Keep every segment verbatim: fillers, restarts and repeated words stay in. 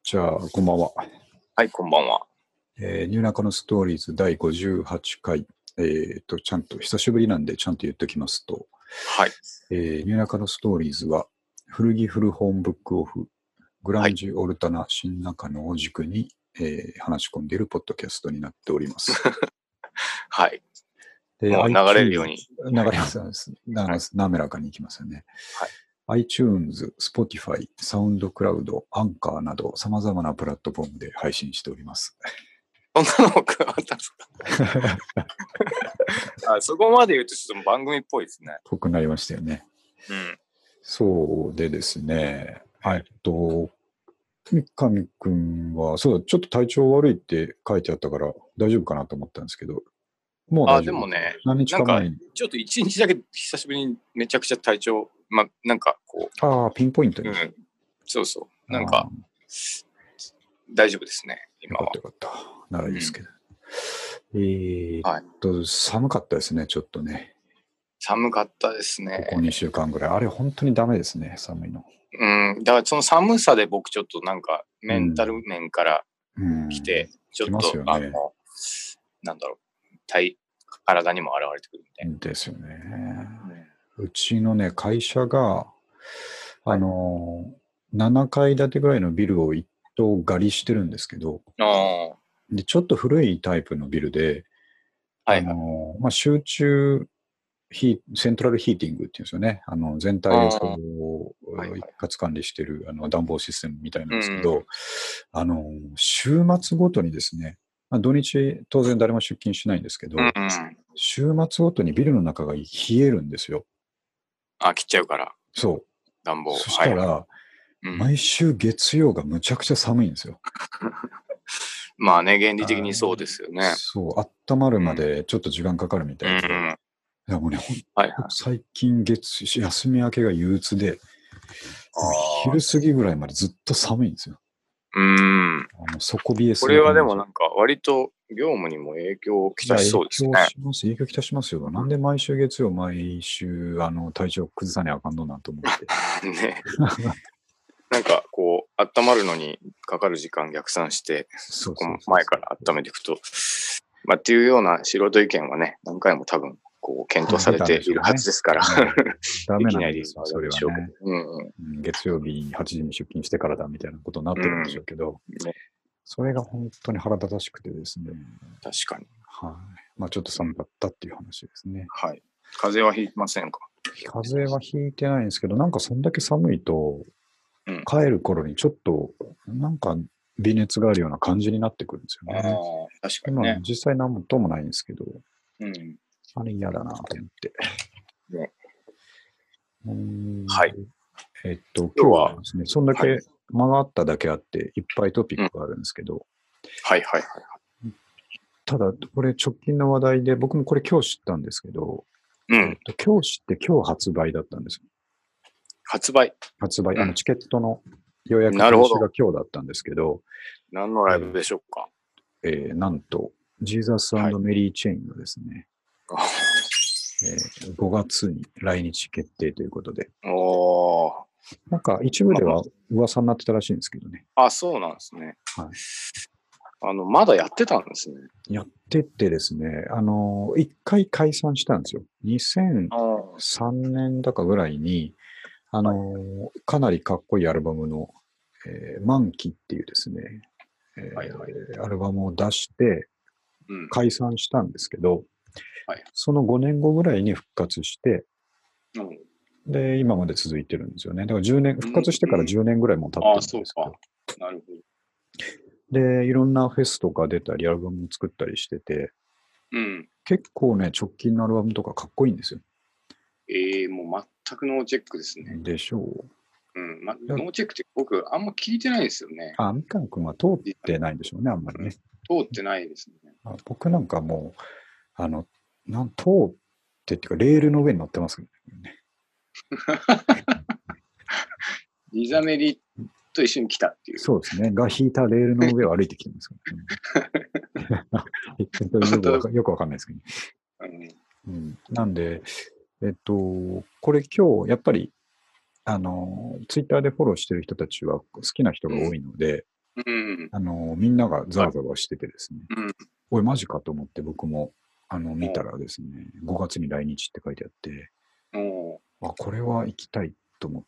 じゃあ、こんばんは。 はい、こんばんは。 えー、ニューナカのストーリーズだいごじゅうはちかい。えっ、と、ちゃんと、久しぶりなんで、ちゃんと言っておきますと、 はい。 えー、ニューナカのストーリーズは、古着古本ブックオフ、グラはい。 ンジオルタナ新中野を軸に、えー話し込んでいるポッドキャストになっております。 はい。 で、 もう流れるよう iTunes、 に。 流はい。 れます、流れはい。 ます。滑らかにいきますよね。 はい。 iTunes、Spotify、SoundCloud、Anchor など様々なプラットフォームで配信しております。 そんなの加わったんですか？あ、そこまで言うとちょっと番組っぽいですね。 ぽくなりましたよね。 うん。 そうでですね、えっはい。 と、三上くんは、そうだ、ちょっと体調悪いって書いてあったから大丈夫かなと思ったんですけど、もうあ、 大丈夫。 でもね、 何日なんか、 か前に。 ちょっと一日だけ久しぶりにめちゃくちゃ体調、ま、なんかこああ、ピンポイントう、うに。 ん。そうそう。なんああ、 か、大丈夫ですね、 よかっ今は。 たよかった。ならいいですうん。 けど。えーっはい。 と、寒かったですね、ちょっとね。 寒かったですここにしゅうね。 かんぐらい。あれ、本当にダメですね、寒いの。 うん。だからその寒さで僕ちょっとなんかうん。 メンタル面からうん。 来て、ちょきますっと、あの、 よね。 なんだろう、体、体にも現れてくるみですよね。 たいな。 うちのね、会社が、あはい。 の、ななかい建てぐらいのビルを一棟借りしてるんですけど、 ああ、はで、ちょっと古いタイプのビルで、あいはい。 の、まあ、集中ヒー、セントラルヒーティングっていうんですよね。あの、全あ体をあ、 こう、一はいはい。 括管理してる、あの、暖房システムみたいなんうですけど、 ん。 あの、週末ごとにですね、まあ、土日当然誰も出勤しないんですけうん。 ど、週末ごとにビルの中が冷えるんですよ。 あ、切っちゃうから、 そう。 暖房。 そしはいはい。 たら、 うん。 毎週月曜がむちゃくちゃ寒いんですよ。 まあね、原理的あーにそうですよね。 そう、温まるまうん。 でちょっと時間かかるみたういで、 ん。 いやもうね、ほんはいはい。 と最近月、休み明けが憂鬱で、もうああ、 昼過ぎぐらいまでずっと寒いんですよ。 うん。 あの底冷えこれする感じ。 はでもなんか割と業務にも影響をきいや、 たし影響そうですね。 します。影響きたしますよ。なんで毎週月曜、毎週、あの、体調崩さにゃあかんのなんて思って。 ね。なんかこう、温まるのにかかる時間逆算して、そこそうそうそう前かそう。 ら温めていくと、まあっていうような素人意見はね、何回も多分、こう、検討さ出たんれているはずでしょうね。 ですから、 うん、ダでメきない理由なんですよ、そはあるんでれはね。 しょうけど。うんうん。 うん、月曜日はちじに出勤してからだみたいなことになってるんでしょうけど、 ね、 それが本当に腹立たしくてですね。 確かに。 はい。まあちょっとうん。 寒かったっていう話ですね。 はい。風邪はひいてませんか？ 風邪はひいてないんですけど、なんかそんだけ寒いと、 うん。 帰る頃にちょっと、なんか微熱があるような感じになってくるんですよあね。 あ、確かでまあにね。 実際なんともないんですけど、 うん。 あれ嫌だなと思って。 ね。 うーんはい。 えっと、 今日は、 今日はですね、そんだはい。 け間があっただけあって、いっぱいトピッうん。 クがあるんですけど、 はいはいはい。 ただ、これ直近の話題で、僕もこれ今日知ったんですけど、 うん。 えっと、今日知って今日発売だったんですよ。 発売。 発売、あの、 うん。 チケットの予約開始がなるほど。 今日だったんですけど、 何のライブえでしょうか？ ーえーなんと、ジーザスはい。 メリー・チェインがですね、えーごがつに来日決定ということで、 おー。 なんか一部までは噂になってたらしいんですけどね。 あ、そうなんですね。 はあの、まだやってたんですね。 い。やっててですね、あの、一回解散したんですよ。 ああ、はにせんさんねんだかぐらいに、あい。 の、かなりかっこいいアルバムの、えー、満期っていうですね、えはいはい。 ーアルバムを出してうん。 解散したんですけど、 はい。 そのごねんごぐらいに復活して、 うん。 で、今まで続いてるんですよね。だからじゅうねん、復うん。 活してからじゅうねんぐらいもう経ってああ、 るんそうか。 ですけど、 なるほど。 で、いろんなフェスとか出たり、アルバム作ったりしてて、 うん。 結構ね、直近のアルバムとかかっこいいんですよ。 ええー、もう全くノーチェックですね。 でしょうん。ま、 う。 ノーチェックって僕、あんま聞いてないですよね。 あ、みかんくんは通ってないんでしょうね、あんまりね。 うん。通ってないですね。 あ僕なんかもう、あの、なん通ってっていうか、レールの上に乗ってますね。 リザメリと一緒に来たっていう。 そうですね。が引いたレールの上を歩いてきてますからね。よくわかよくわかんないですけど、ね。 うん。 うん、なんで、えっと、これ今日、やっぱり、あの、ツイッターでフォローしてる人たちは好きな人が多うん。 いので、 うん。 あの、みんながざわざわしててですね、 うん。 おい、マジかと思って僕も、あの、見たおらですね、ごがつに来日って書いてあって、 おあ、これは行きたいと思って、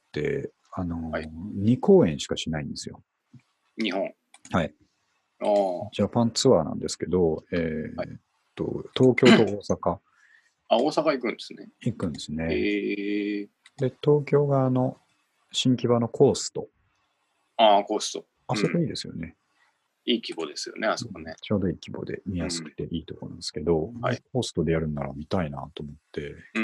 あの、 はい。 に公演しかしないんですよ。 日本。 はい。 ああ。 ジャパンツアーなんですけど、えはい。 ーっと、東京と大阪あ、大阪行くんですね。 行くんですね。 ええで、東京があの、新木場のコースと、 ああ、コースト。うん。 あそこいいですよね。 いい規模ですよね、あうんそこね。 ちょうどいい規模で見やすくうん。 ていいところなんですけど、 はい。 コーストでやるんなら見たいなと思って、 うん。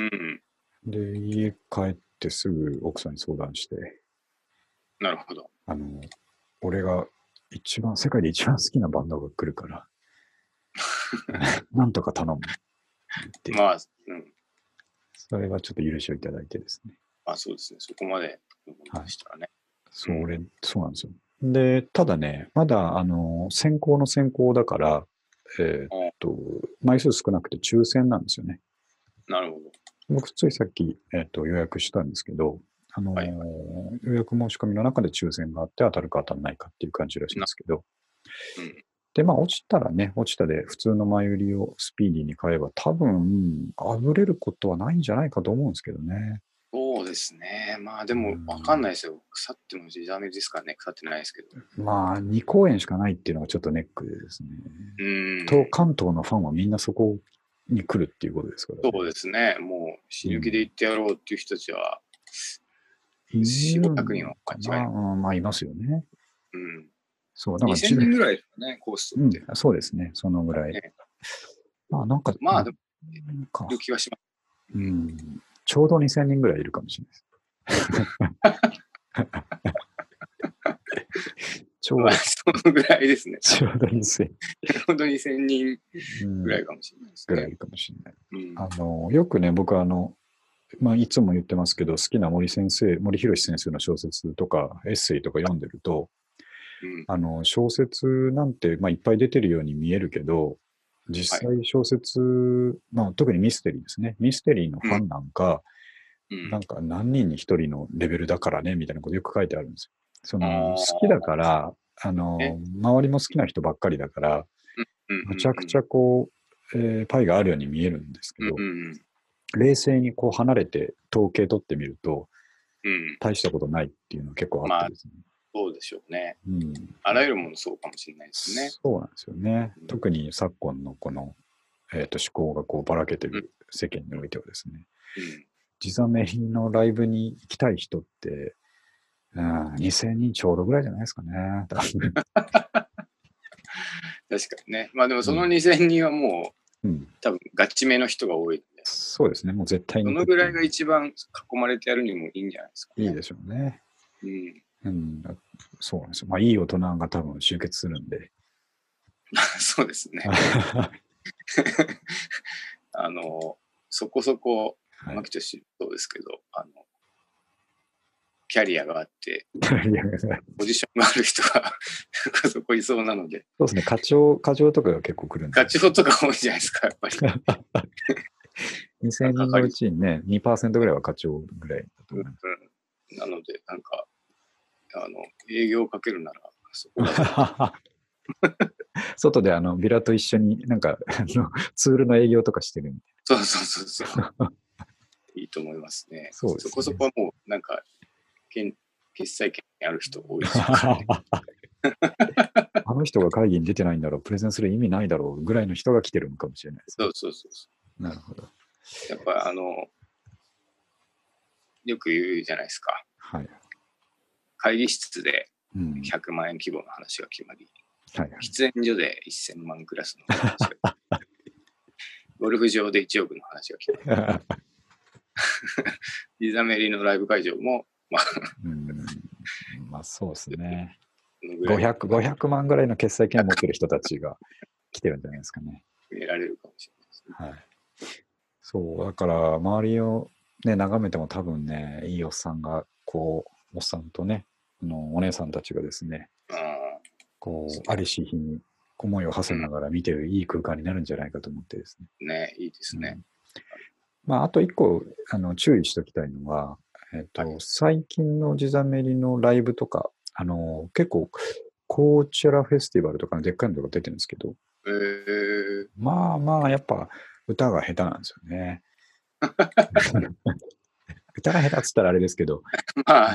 で、家帰ってすぐ奥さんに相談して、 なるほど。 あの、俺が一番、世界で一番好きなバンドが来るから、なんとか頼むって言って、 まあ、うん。 それはちょっと許しをいただいてですね。 まあそうですね。そこまでのものはい。 でしたらね。うそん。 れ、そうなんですよ。で、ただね、まだ、あの、先行の先行だから、えーっあと、枚数少なくて抽選なんですよね。 なるほど。 僕、ついさっき、えーっと、予約したんですけど、あのはいはい。 予約申し込みの中で抽選があって当たるか当たらないかっていう感じらしいんでな、 すけど、 うん。 で、まあ、落ちたらね、落ちたで普通の前売りをスピーディーに買えば、多分、あぶれることはないんじゃないかと思うんですけどね。 そうですね。まあでうも、わかんないんですよ。腐っても地ダメですからね。腐ってないですけど。 まあ、に公演しかないっていうのがちょっとネックでですね。 うと、 ん。 関東のファンはみんなそこに来るっていうことですからそうね。 ですね。もう死ぬ気でうん。 行ってやろうっていう人たちは、 いるよん、ごひゃくにんはのか間違いない。 な、うん、まあ、いますよね。 うん。 そう、だから 2000 自分、 人ぐらいですかね、コーストうん、 って。 そうですね。そのぐらい。 ね、 まあ、なんか、 まあ、 なでも、 んか、 いる気がします。 うん、ちょうどにせんにんぐらいいるかもしれないです。ちょうまあ、 ど、 そのぐらいですね。 ちょうどにせん、 本当にせんにんうん、 ぐらいかもしれないですね。 ぐらいいるかもしれない。 うん。 あの、よくね、僕はあの、まあ、いつも言ってますけど、好きな森先生、森博先生の小説とかエッセイとか読んでると、 うん。 あの、小説なんて、まあ、いっぱい出てるように見えるけど、 はい。 実際小説、まあ、特にミステリーですね。ミステリーのうん。 ファンなんか、 うん。 なんか何人に一人のレベルだからね、みたいなことよく書いてあるんですよ。そあの、好きだかあ、 ら、あね。 の、周りも好きな人ばっかりだから、 うん。うん。 むちゃくちゃこう、えーパイがあるように見えるんですけうん。 ど、 うん。うん。 冷静にこう離れて統計取ってみると、 うん。 大したことないっていうのが結構あっまあ、 てですね。 そうでしょうね。 うん。 あらゆるものそうかもしれないですね。 そうなんですよね。 うん。 特に昨今のこの、えーと思考がこうばらけてうん。 る世間においてはですね、 うん。 地ザメのライブに行きたい人って、うん、にせんにんちょうどぐらいじゃないですかね。多分確かにね。まあでもそのうん。 にせんにんはもううん。 多分ガチめの人が多いんで、 そうですね。もう絶対そに行くっていう。 のぐらいが一番囲まれてやるにもいいんじゃないですかね。 いいでしょうね。 うん。 うん。そうなんですよ。まあ、いい大人が多分集結するんで。 そうですね。あの、そこそこ、 はい。 牧俊そうですけど、あの、キャリアがあって、 いやポジションがある人がそこいそうなので、 そうですね。課長、課長とかが結構来るんで。 ガチホとか多いじゃないですか、やっぱり。 2000人のうかかりそちにね、にパーセントぐらいは課長ぐらいだとう。うん思います。 うん、なので、なんか、あの、営業をかけるなら、そこが絶対。 外であのビラと一緒になんかあのツールの営業とかしてるみたいそうそうそうそう。 な。 いいと思いますね。 そうですね。 そこそこはもう、なんか、決決済権ある人多いでしょうからね。 あの人が会議に出てないんだろう、プレゼンする意味ないだろうぐらいの人が来てるのかもしれないですね。 そうそうそうそなるほど。 う。やっぱ、あの、よく言うじゃないですか。 はい。 会議室でうん。 ひゃくまん円規模の話が決まり、 はいはい。 喫煙所でせんまんクラスの話が、ゴルフ場でいちおくの話が決まる。リザメリのライブ会場も、まあ、 うん。まあそうですね。 このぐらいのごひゃく、ごひゃくまんぐらいの決済権を持ってる人たちが来てるんじゃないですかね。 入れられるかもしれないですね。 はい。そう、だから周りをね、眺めても多分ね、いいおっさんが、こう、おっさんとね、あのお姉さんたちがですね、 ああ、 こう、ありし日に思いを馳せながら見てるいい空間になるんじゃないかと思ってですね。 うん、ね、いいですね。 うん、まあ、あと一個、あの、注意しておきたいのは、えっと、 はい。 最近の地ザメリのライブとか、あの、結構コーチェラフェスティバルとかのでっかいのとか出てるんですけど、 えー、 まあまあ、やっぱ歌が下手なんですよね。歌が下手っつったらあれですけど、 まあ、 うん、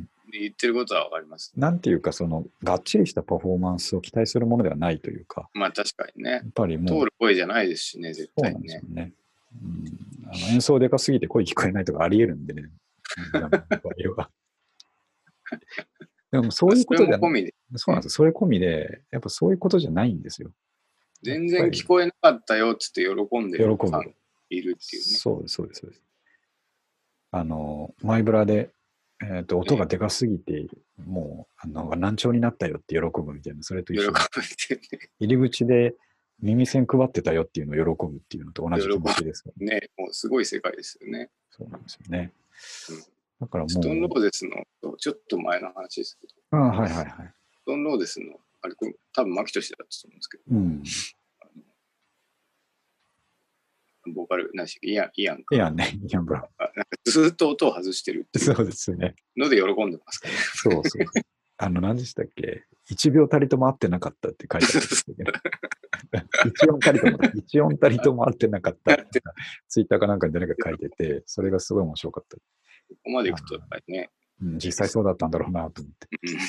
言ってることはわかります。 なんていうか、その、がっちりしたパフォーマンスを期待するものではないというか、 まあ確かにね。 やっぱりもう、 通る声じゃないですしね、絶そう対にね。 なんですよね。うん、あの演奏でかすぎて声聞こえないとかあり得るんでね、場合は。でもそういうことじゃない。 それも込みで。 そうなんですよ。それ込みで、やっぱそういうことじゃないんですよ。 全然聞こえなかったよっつって喜んで喜ぶるファンいるっていうね。 そうです、そうです、そうです。あの、マイブラで、えっと、音がでかすぎて、もう、あの、難聴になったよって喜ぶみたいな、それと一喜ぶ緒で、 ってね。 入り口で耳栓配ってたよっていうのを喜ぶっていうのと同じ気持ちですからね。 ね、もうすごい世界ですよね。 そうなんですよね。 うん、 だからストーンロもーゼスの、ちょっと前の話ですけど、 う、あはいはいはい。 ストーンローゼスの、あれ、多分、牧俊だったと思うんですけど、 うん。 ボーカル、何でしたっけ、イアン、イアンか。 いやね、イアンブラウン。 なんかずっと音を外してるっていそうですね。 うので喜んでますからね。 そうそう。あの、何でしたっけ、いちびょうたりとも合ってなかったって書いてあるんですけど、いち音たりともだ、いち音たりとも合ってなかったっていうか、ツイッターかなんかに誰か書いてて、それがすごい面白かった。 ここまでいくと、やっぱりね、 うん、実際そうだったんだろうなと思って。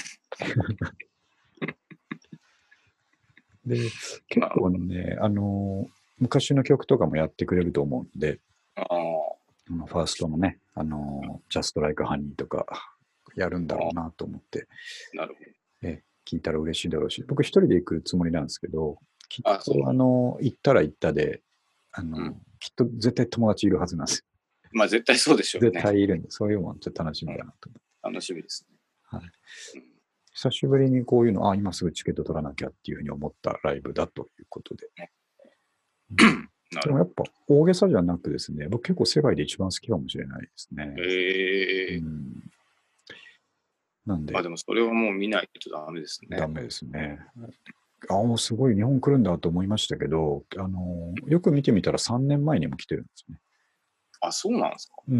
で、結構ね、あの、昔の曲とかもやってくれると思うんで、 ああ、 あのファーストのね、あの、Just Like Honey とかやるんだろうなと思って、 なるほど。 え聞いたら嬉しいだろうし、僕一人で行くつもりなんですけど、きっあそうとあの、行ったら行ったで、あの、 うんきっと絶対友達いるはずなんですよ。 まあ絶対そうでしょう絶ね。 対いるんで、そういうもんちょっと楽しみだなと思って。 楽しみですね。 はい。 うん久しぶりにこういうの、あ、今すぐチケット取らなきゃっていうふうに思ったライブだということで。 なるほでもやっぱ大げさじゃなくですね、僕結構世界で一番好きかもしれないですね。 ど。ええーうん、なんで、 あ、でもそれはもう見ないとダメですね。 ダメですね。ああ、すごい日本来るんだと思いましたけど、あの、よく見てみたらさんねんまえにも来てるんですね。 あ、そうなんですか。 うん。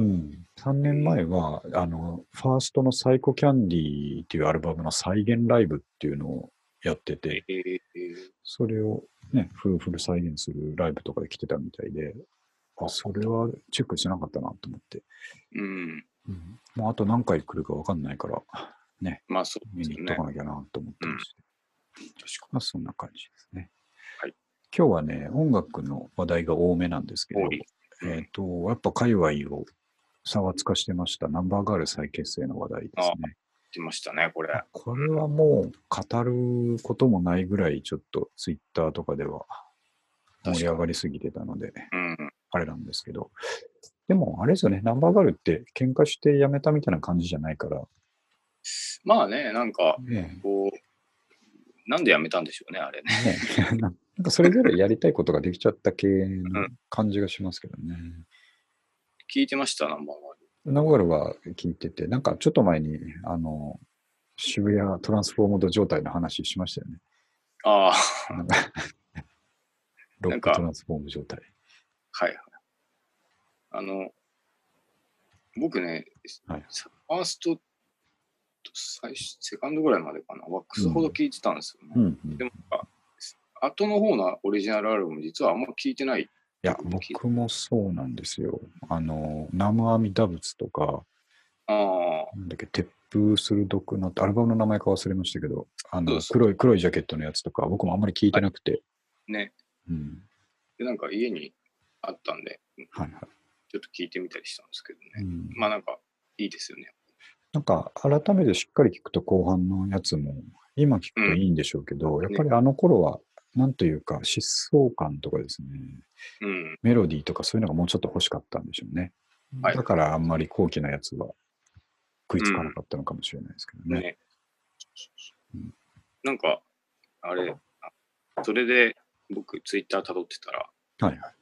さんねんまえは、あの、ファーストのサイコキャンディーっていうアルバムの再現ライブっていうのをやってて、 ええそれをね、フルフル再現するライブとかで来てたみたいで、あ、それはチェックしてなかったなと思って。 うん。 うん。もうあと何回来るかわかんないから、ね、 まあそう見ですね。 に行っとかなきゃなと思ってまして。 確かまあそんな感じですね。 はい。 今日はね、音楽の話題が多めなんですけど、 多い。うんえっ、と、やっぱ界隈を差がつかしてましたナンバーガール再結成の話題ですね。 来ましたね、これ。 これはもう語ることもないぐらいちょっとツイッターとかでは盛り上がりすぎてたので、 うん。 あれなんですけど。でもあれですよね、ナンバーガールって喧嘩して辞めたみたいな感じじゃないから。 まあね、なんか、 ねこう、なんでやめたんでしょうね、あれね。 ねなんかそれぞれやりたいことができちゃった系の感じがしますけどね。 聞いてました、ナンバーワン。 ナンバーガールは聞いてて、なんかちょっと前に、あの、渋谷トランスフォームド状態の話しましたよね。 ああ、 なんかロックトランスフォーム状態。 はいはい。あの、僕ね、 はい、 ファーストと最初、セカンドぐらいまでかな、ワックスほど聞いてたんですよね。 うんうん、 でも、後の方のオリジナルアルバム、実はあんま聞いてない。 いや、僕もそうなんですよ。あの、ナムアミダ仏とか、 あなんだっけ、鉄風鋭くなって、アルバムの名前か忘れましたけど、あの、 そうそう黒い、黒いジャケットのやつとか、僕もあんまり聞いてなくて。 ね。 うん。 で、なんか家にあったんで、 はいはい。 ちょっと聞いてみたりしたんですけどね。 うん、 まあなんか、いいですよね。 なんか、改めてしっかり聞くと後半のやつも、今聞くといいんでしょうけど、 んやっぱりあの頃は、なんというか、疾走感とかですね、 うん。 メロディーとかそういうのがもうちょっと欲しかったんでしょうね。 はいだからあんまり高貴なやつは食いつかなうんかったのかもしれないですけどね。 ね。 うんなんか、あれ、あそれで僕、ツイッター辿ってたら、 はいはい。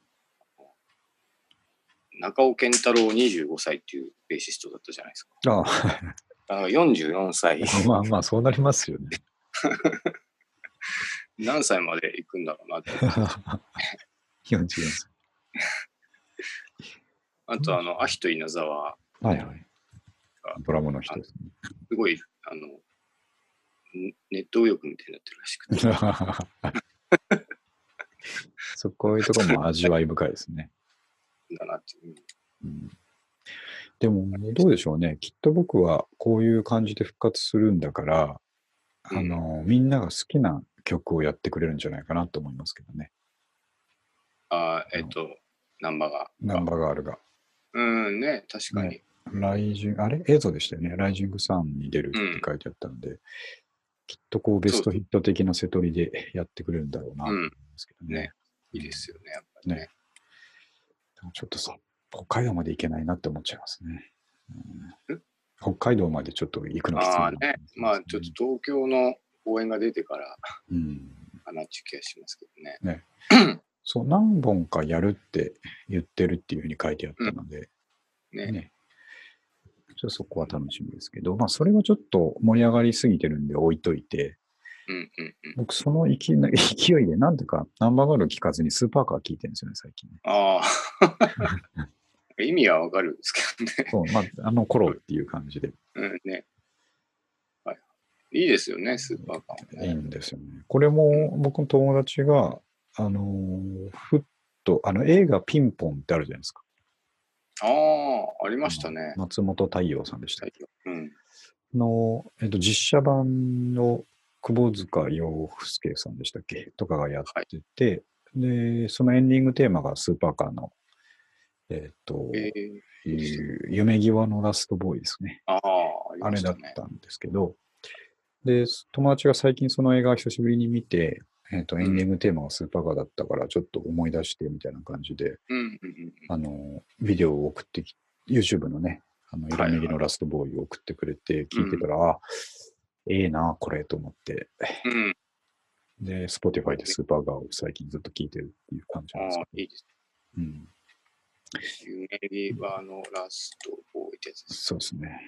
中尾健太郎にじゅうごさいっていうベーシストだったじゃないですか。 ああよんじゅうよんさい。 あ、まあまあ、そうなりますよね。 何歳まで行くんだろうなって。 よんじゅうよんさあと、あの、アヒと稲沢い。はいはい。ドラムの人ですね。 すごい、あの、 ネット右翼みたいになってるらしくて。 そこいうところも味わい深いですね。 だなっていう。 うん、でも、どうでしょうね。きっと僕はこういう感じで復活するんだから、うん、あの、みんなが好きな曲をやってくれるんじゃないかなと思いますけどね。 ああ、えっと、ナンバーが。 ナンバーガールが。 うんね、確かに。ね、 ライジング、あれ映像でしたよね。ライジングサンに出るって書いてあったので、うん、きっとこうベストヒット的な瀬取りでやってくれるんだろうなと思いますけどね。うん、 ね、いいですよね、やっぱりね。ね、 でもちょっとさ、北海道まで行けないなって思っちゃいますね。うん、北海道までちょっと行くのきつい、ね。 ああね、まあちょっと東京の公演が出てからかなっていう気がしますけどね。 ねそう、何本かやるって言ってるっていうふうに書いてあったので、うん、ねねちょっとそこは楽しみですけど、まあそれはちょっと盛り上がりすぎてるんで置いといて、 うんうんうん、 僕その勢いでなんとかナンバーガール聞かずにスーパーカー聞いてるんですよね、最近、ね。 ああ。意味はわかるんですけどね。 そう、まあ、あの頃っていう感じで。 うんね。はい。いいですよね、スーパーカー、 ね。いいんですよね。これも僕の友達が、あのー、ふっと、あの映画ピンポンってあるじゃないですか。 ああ、ありましたね。 松本太陽さんでしたっけ。 うん、 の、えっと、実写版の窪塚洋介さんでしたっけとかがやってて、はい、で、そのエンディングテーマがスーパーカーの、えっと、えー、夢際のラストボーイですね。 ああ、あれだったんですけど、で、友達が最近その映画を久しぶりに見て、えっと、エンディングテーマがスーパーカーだったから、ちょっと思い出してみたいな感じで、 うんうんうん、 あの、ビデオを送ってき、YouTube のね、あの、色めぎのラストボーイを送ってくれて、聞いてたら、はいはい、あ、ええー、な、これと思って、うん、で、Spotify でスーパーカーを最近ずっと聞いてるっていう感じなんですけど。 ああ、いいです。うん。夢際のラストボーイってやつです。 そうですね。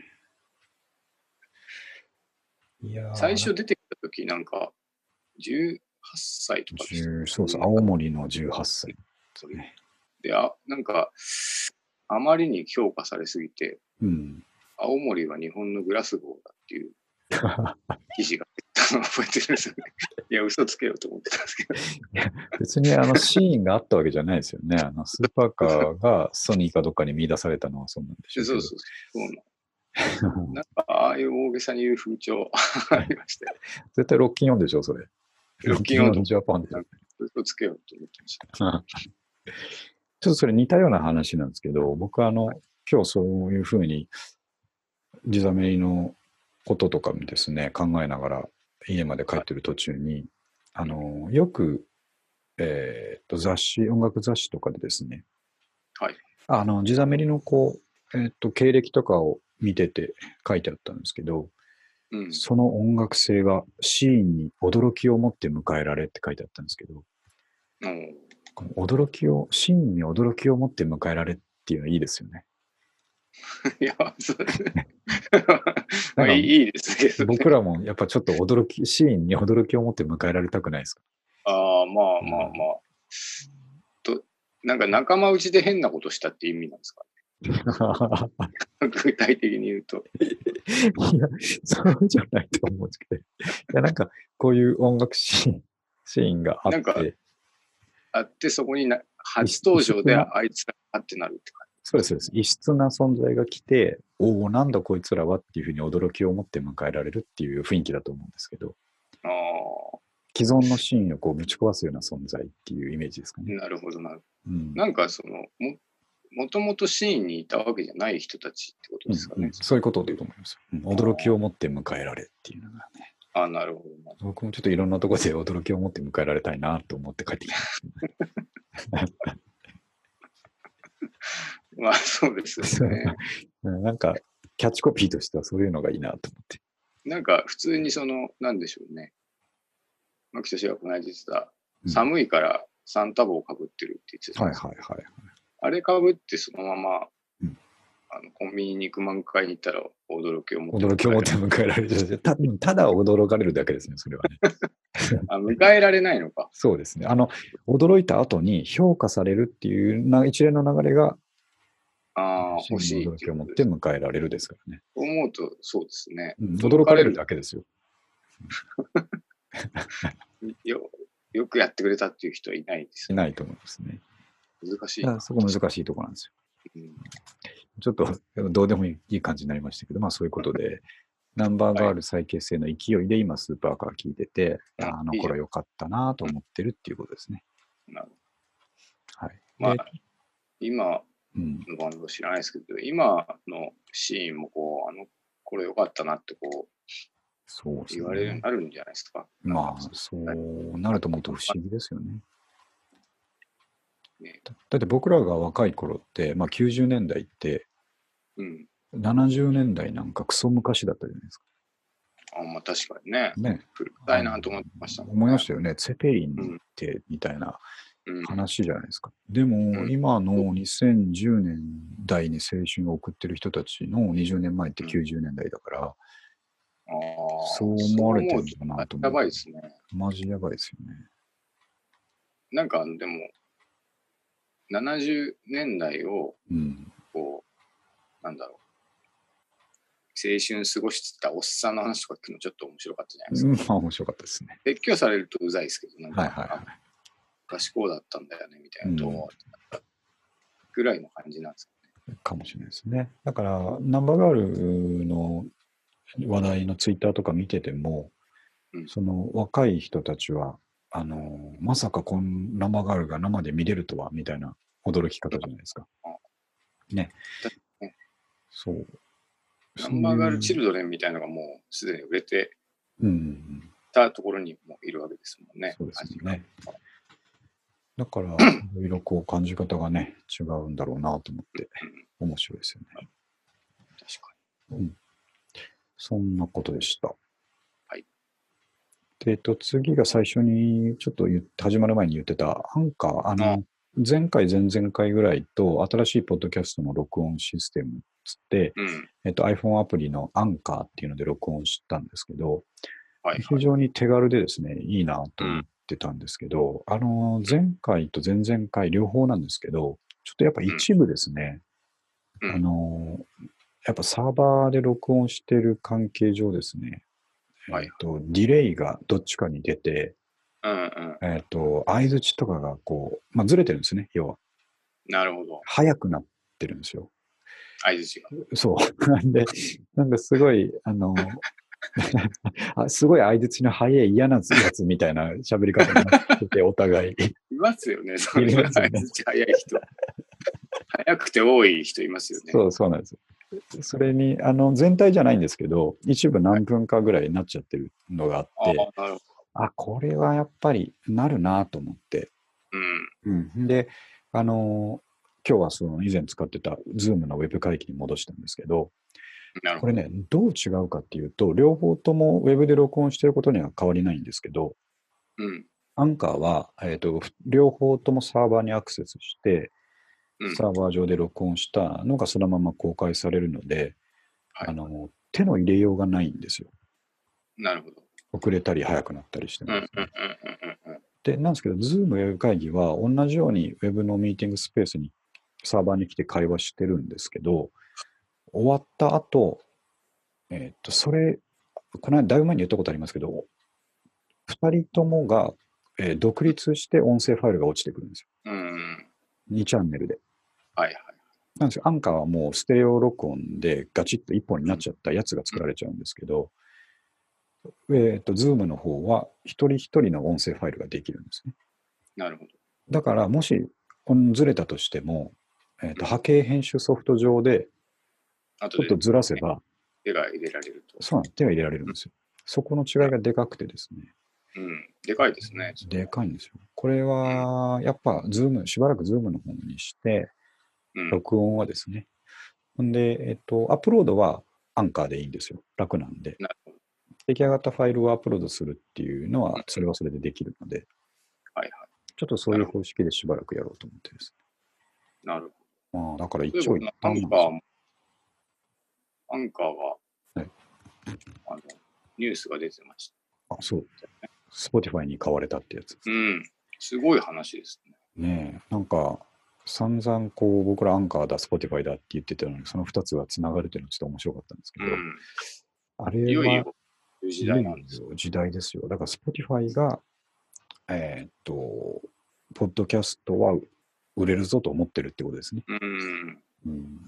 いや最初出てきたとき、なんか、じゅうはっさいとかでした、 ね。そうそう、青森のじゅうはっさい、 ね。で、あ、なんか、あまりに評価されすぎて、うん、青森は日本のグラスゴーだっていう記事が出たのを覚えてるんですよね。いや、嘘つけようと思ってたんですけど。 別にあのシーンがあったわけじゃないですよね。あのスーパーカーがソニーかどっかに見出されたのはそうなんでしょうけど。 そうそうそう。そうなんか、ああいう大げさに言う風潮ありましたよ。 絶対ロッキンよんでしょ、それ。 ロッキンよんジャパンで。 嘘つけようと思ってました。 ちょっとそれ似たような話なんですけど、僕はあの、はい、今日そういうふうに、地ざめりのこととかもですね、考えながら家まで帰ってる途中に、はい、あの、よく、えー、と雑誌、音楽雑誌とかでですね、 はい、 あの、地ざめりのこう、えー、と経歴とかを見てて書いてあったんですけど、うん、その音楽性がシーンに驚きを持って迎えられって書いてあったんですけど、うん、この驚きを、シーンに驚きを持って迎えられっていうのはいいですよね。 いや、そうですね。まあいいですけど、 ね、僕らもやっぱちょっと驚き、シーンに驚きを持って迎えられたくないですか？ ああ、まあまあまあ。と、なんか仲間内で変なことしたって意味なんですかね。具体的に言うと。 いや、そうじゃないと思うんですけど。いや、なんかこういう音楽シーン、シーンがあって。なんかあって、そこにな初登場であいつがあってなるって感じ。 そうです、そうです。異質な存在が来て、おお、なんだこいつらはっていうふうに驚きを持って迎えられるっていう雰囲気だと思うんですけど、あ既存のシーンをこうぶち壊すような存在っていうイメージですかね。 なるほどなるほど。うん、なんかそのも、もともとシーンにいたわけじゃない人たちってことですかね。うんうん、 そういうことだと思います。うん、驚きを持って迎えられっていうのがね。 あ、なるほど。 僕もちょっといろんなところで驚きを持って迎えられたいなと思って帰ってきました。 まあそうですよね。 なんかキャッチコピーとしてはそういうのがいいなと思って。 なんか普通にその、なんでしょうね。牧田氏がこの間言ってた、うん、寒いからサンタ帽をかぶってるって言ってたんですよ。はいはいはい、はい。あれかぶってそのまま、うん、あのコンビニに行く満開に行ったら驚きを持って驚きを持って迎えられる。た, ただ驚かれるだけですね、それはね。 あ、迎えられないのか。 そうですね。あの、驚いた後に評価されるっていうな一連の流れが、 ああ、欲しい。 驚きを持って迎えられるですからね。 思うと、そうですね、 うん。驚かれるだけですよ。 ね。 よよくやってくれたっていう人はいないです、 ね。いないと思いますね。 難しい。 そこ難しいところなんですよ。うん、ちょっとどうでもいい感じになりましたけど、まあそういうことで、ナンバーガール再結成の勢いで今スーパーカー聞いてて、はい、あの頃良かったなと思ってるっていうことですね。 なるほど。はい。 まあ、今のバンド知らないですけど、うん、今のシーンもこう、あの頃良かったなってこう、 そう言われるようになるんじゃないですか。 まあ、そうなると思うと不思議ですよね。ね、だって僕らが若い頃って、まあ、きゅうじゅうねんだいって、うん、ななじゅうねんだいなんかクソ昔だったじゃないですか。 あ、まあ確かにね。 ね。 古くたいなと思ってましたもんね。 思いましたよね。ツェペリンってみたいな話じゃないですか。うん、でも、うん、今のにせんじゅうねんだいに青春を送ってる人たちのにじゅうねんまえってきゅうじゅうねんだいだから、うん、あそう思われてるのかなと思う。 やばいですね。 マジやばいですよね。 なんかでも、ななじゅうねんだいを、こう、うん、なんだろう。青春過ごしてたおっさんの話とか聞くのちょっと面白かったじゃないですか。 まあ面白かったですね。 説教されるとうざいですけど、なんか、 はいはいはい、 昔こうだったんだよねみたいなと、うん、ぐらいの感じなんですかね。かもしれないですね。だから、ナンバーガールの話題のツイッターとか見てても、うん、その若い人たちは、あの、まさかこのナンバーガールが生で見れるとは、みたいな驚き方じゃないですか。うん、ね。ねそう。 ナンバーガールチルドレンみたいなのがもうすでに売れてたところにもいるわけですもんね。 そうですね。だから、いろいろこう感じ方がね、違うんだろうなと思って、面白いですよね。 確かに。うん。そんなことでした。 はい。 で、えっと、次が最初にちょっと言って始まる前に言ってた、アンカー、あの、前回、前々回ぐらいと、新しいポッドキャストの録音システムつって、うん、えっと、iPhone アプリのアンカーっていうので録音したんですけど、はいはい、非常に手軽でですね、いいなと思ってたんですけど、うん、あの、前回と前々回両方なんですけど、ちょっとやっぱ一部ですね、うん、あの、やっぱサーバーで録音してる関係上ですね、はい、えっと、ディレイがどっちかに出て、うんうん、えっと、相づちとかがこう、まあ、ずれてるんですね、要は。 なるほど。 早くなってるんですよ。 相づちが。 そう。なんで、なんかすごい、あの、あすごい相づちの早い嫌なやつみたいな喋り方になってて、お互い。 いますよね、そんな相づち早い人。早くて多い人いますよね。 そう、そうなんです。それに、あの、全体じゃないんですけど、一部何分かぐらいになっちゃってるのがあって、はい、あ, あ、これはやっぱりなるなと思って。うん。うん。で、あの、今日はその以前使ってた Zoom のウェブ会議に戻したんですけど、これね、どう違うかっていうと、両方ともウェブで録音してることには変わりないんですけど、うん、アンカーは、えーと、両方ともサーバーにアクセスして、サーバー上で録音したのがそのまま公開されるので、はい、あの手の入れようがないんですよ。 なるほど。 遅れたり早くなったりしてます、ね。で、なんですけど、Zoom ウェブ会議は同じようにウェブのミーティングスペースにサーバーに来て会話してるんですけど、終わった後、えっと、それ、この間だいぶ前に言ったことありますけど、ふたりともが、えー、独立して音声ファイルが落ちてくるんですよ。うん、にチャンネルで。はいはい。なんですよ。アンカーはもうステレオ録音でガチッといっぽんになっちゃったやつが作られちゃうんですけど、うん、えっと、Zoom の方は一人一人の音声ファイルができるんですね。 なるほど。 だから、もし、ずれたとしても、えーと、波形編集ソフト上で、ちょっとずらせば、 手が入れられると。 そうなんです。手が入れられるんですよ。そこの違いがでかくてですね。 うん、でかいですね。 でかいんですよ。これは、やっぱ、ズーム、しばらくズームの方にして、録音はですね。んで、えっと、アップロードはアンカーでいいんですよ。楽なんで。出来上がったファイルをアップロードするっていうのは、それはそれでできるので、はいはい。ちょっとそういう方式でしばらくやろうと思ってですね。なるほど。まあ、だから一応一旦なんですよ。アンカーは、はい、あのニュースが出てました。 あ、そう。Spotify に買われたってやつです。 うん。すごい話ですね。ねえ、なんか、散々こう、僕らアンカーだ、Spotify だって言ってたのに、そのふたつがつながるっていうのはちょっと面白かったんですけど、うん、あれは、いよいよいう時代なんですよ。時代ですよ。だから Spotify が、えー、っと、ポッドキャストは売れるぞと思ってるってことですね。 うん。 うん、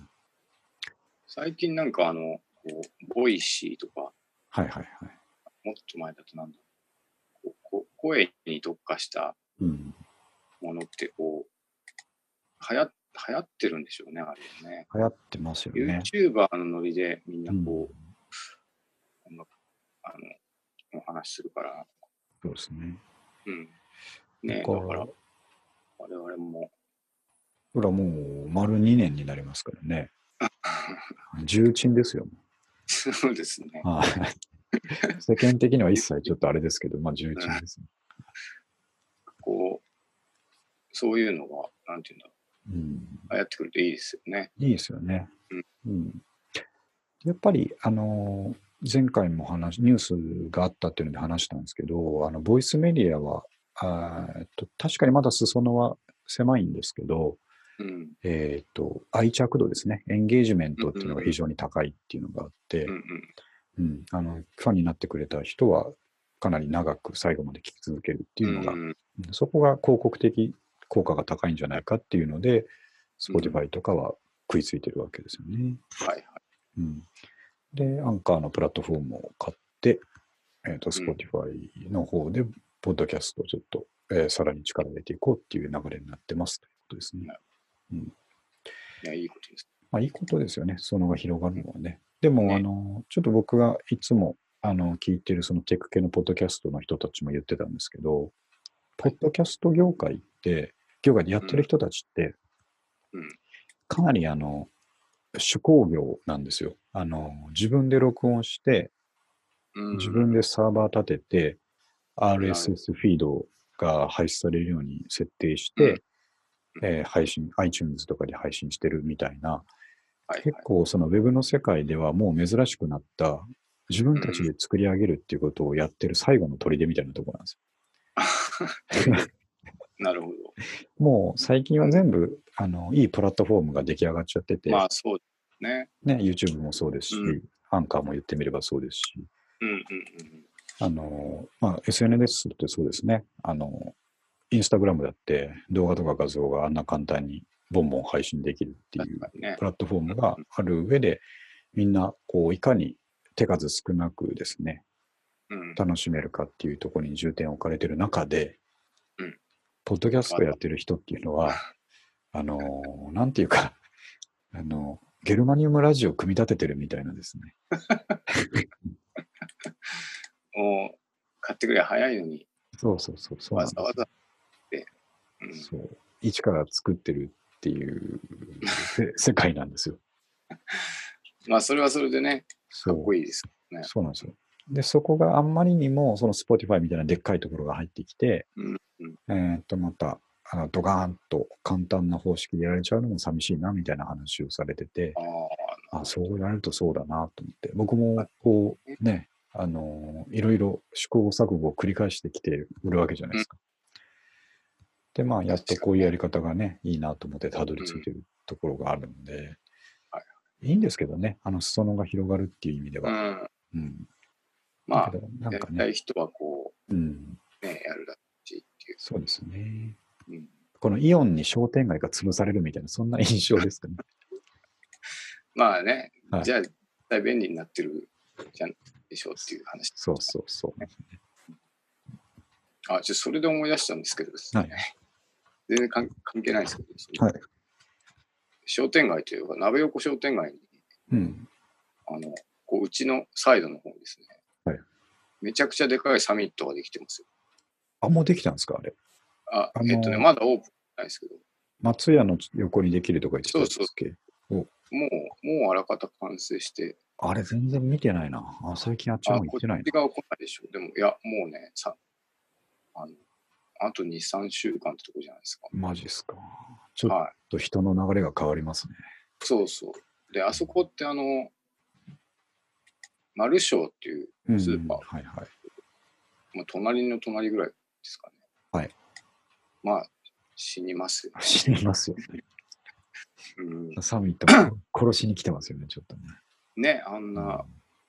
最近なんかあの、こうボイシーとか、 はいはいはい。 もっと前だとなんだろう、こう声に特化したものってこう、流行流行ってるんでしょうね、あれね。 流行ってますよね。 YouTuber のノリでみんなこう、 うん、 あの、お話しするから。 そうですね。 うん。ねだから、我々も。 ほら、もう丸にねんになりますからね。重鎮ですよ。 そうですね。 はい。世間的には一切ちょっとあれですけど、まあ重鎮ですね。 こう、そういうのが、なんていうんだろう。うん、流行ってくるといいですよね。 いいですよね。 うん。 うん、やっぱり、あの、前回も話、ニュースがあったっていうので話したんですけど、あの、ボイスメディアは、あえっと、確かにまだ裾野は狭いんですけど、うん、えっと、愛着度ですね。エンゲージメントっていうのが非常に高いっていうのがあって、うんうん、あの、ファンになってくれた人はかなり長く最後まで聞き続けるっていうのが、うん、そこが広告的効果が高いんじゃないかっていうので、Spotify とかは食いついてるわけですよね。 はいはい。 うん、で、アンカーのプラットフォームを買って、えっと、Spotify の方で、ポッドキャストをちょっと、えー、さらに力を入れていこうっていう流れになってますということですね。うん、いや、いいことです。 まあ、いいことですよね、そのが広がるのはね。でも、ね、あの、ちょっと僕がいつもあの聞いてるそのテック系のポッドキャストの人たちも言ってたんですけど、ポッドキャスト業界って、業界でやってる人たちって、うんうん、かなりあの、手工業なんですよ。あの、自分で録音して、自分でサーバー立てて、アールエスエス フィードが配信されるように設定して、うん、えー、配信、iTunes とかで配信してるみたいな、はいはい、結構その Web の世界ではもう珍しくなった自分たちで作り上げるっていうことをやってる最後の砦みたいなところなんですよ。 なるほど。 もう最近は全部、あのいいプラットフォームが出来上がっちゃってて、 まあそうですね。 ね、YouTube もそうですし、うん、アンカーも言ってみればそうですし、 うんうんうん、 あのまあ、エスエヌエス ってそうですね、あのインスタグラムだって動画とか画像があんな簡単にボンボン配信できるっていうプラットフォームがある上で、みんなこういかに手数少なくですね、楽しめるかっていうところに重点を置かれている中で、うん、ポッドキャストやってる人っていうのは、あの、なんていうか、あの、ゲルマニウムラジオを組み立ててるみたいなですね。 もう、買ってくれ早いのに。 そうそうそう、そうなんです。わざわざって、うん、そう。一から作ってるっていう世界なんですよ。 まあ、それはそれでね、かっこいいですね。そうなんですよ。で、そこがあんまりにも、その Spotify みたいなでっかいところが入ってきて、うんうん、えっと、また、あのドガーンと簡単な方式でやられちゃうのも寂しいな、みたいな話をされてて、ああ、そうやるとそうだなと思って、僕もこう、ね、あの、いろいろ試行錯誤を繰り返してきてるわけじゃないですか。うん、で、まあ、やっとこういうやり方がね、いいなと思ってたどり着いてるところがあるんで、いいんですけどね、あの裾野が広がるっていう意味では。うん。うん、 まあ、なんかね、やりたい人はこう、うん、ね、やるだしっていう。 そうですね。うん、このイオンに商店街が潰されるみたいな、そんな印象ですかね。 まあね、はい、じゃあ、絶対便利になってるじゃんでしょうっていう話、ね。 そうそうそう、ね。 あ、ちょっとそれで思い出したんですけどですね。はい、全然関係ないですけど、はい、商店街というか、鍋横商店街に、うん、あのこううちのサイドの方ですね、はい、めちゃくちゃでかいサミットができてますよ。 あ、もうできたんですか、あれ。 あ、あえっとね、まだオープンないですけど。 松屋の横にできるとか言ってたんですっけ。 そうそう。もう、もうあらかた完成して。 あれ、全然見てないな。あ、最近あっちの方行ってないな。 あ、こっち側来ないでしょ。でも、いや、もうね、さあのあとに、さんしゅうかんってとこじゃないですか。 マジっすか。ちょっと人の流れが変わりますね。 はい、そうそう。で、あそこってあの、マルショーっていうスーパー。うん、はいはい。まあ、隣の隣ぐらいですかね。はい。まあ、死にますよ、ね。 死にますよね。うん、サミット殺しに来てますよね、ちょっとね。 ね、あんな、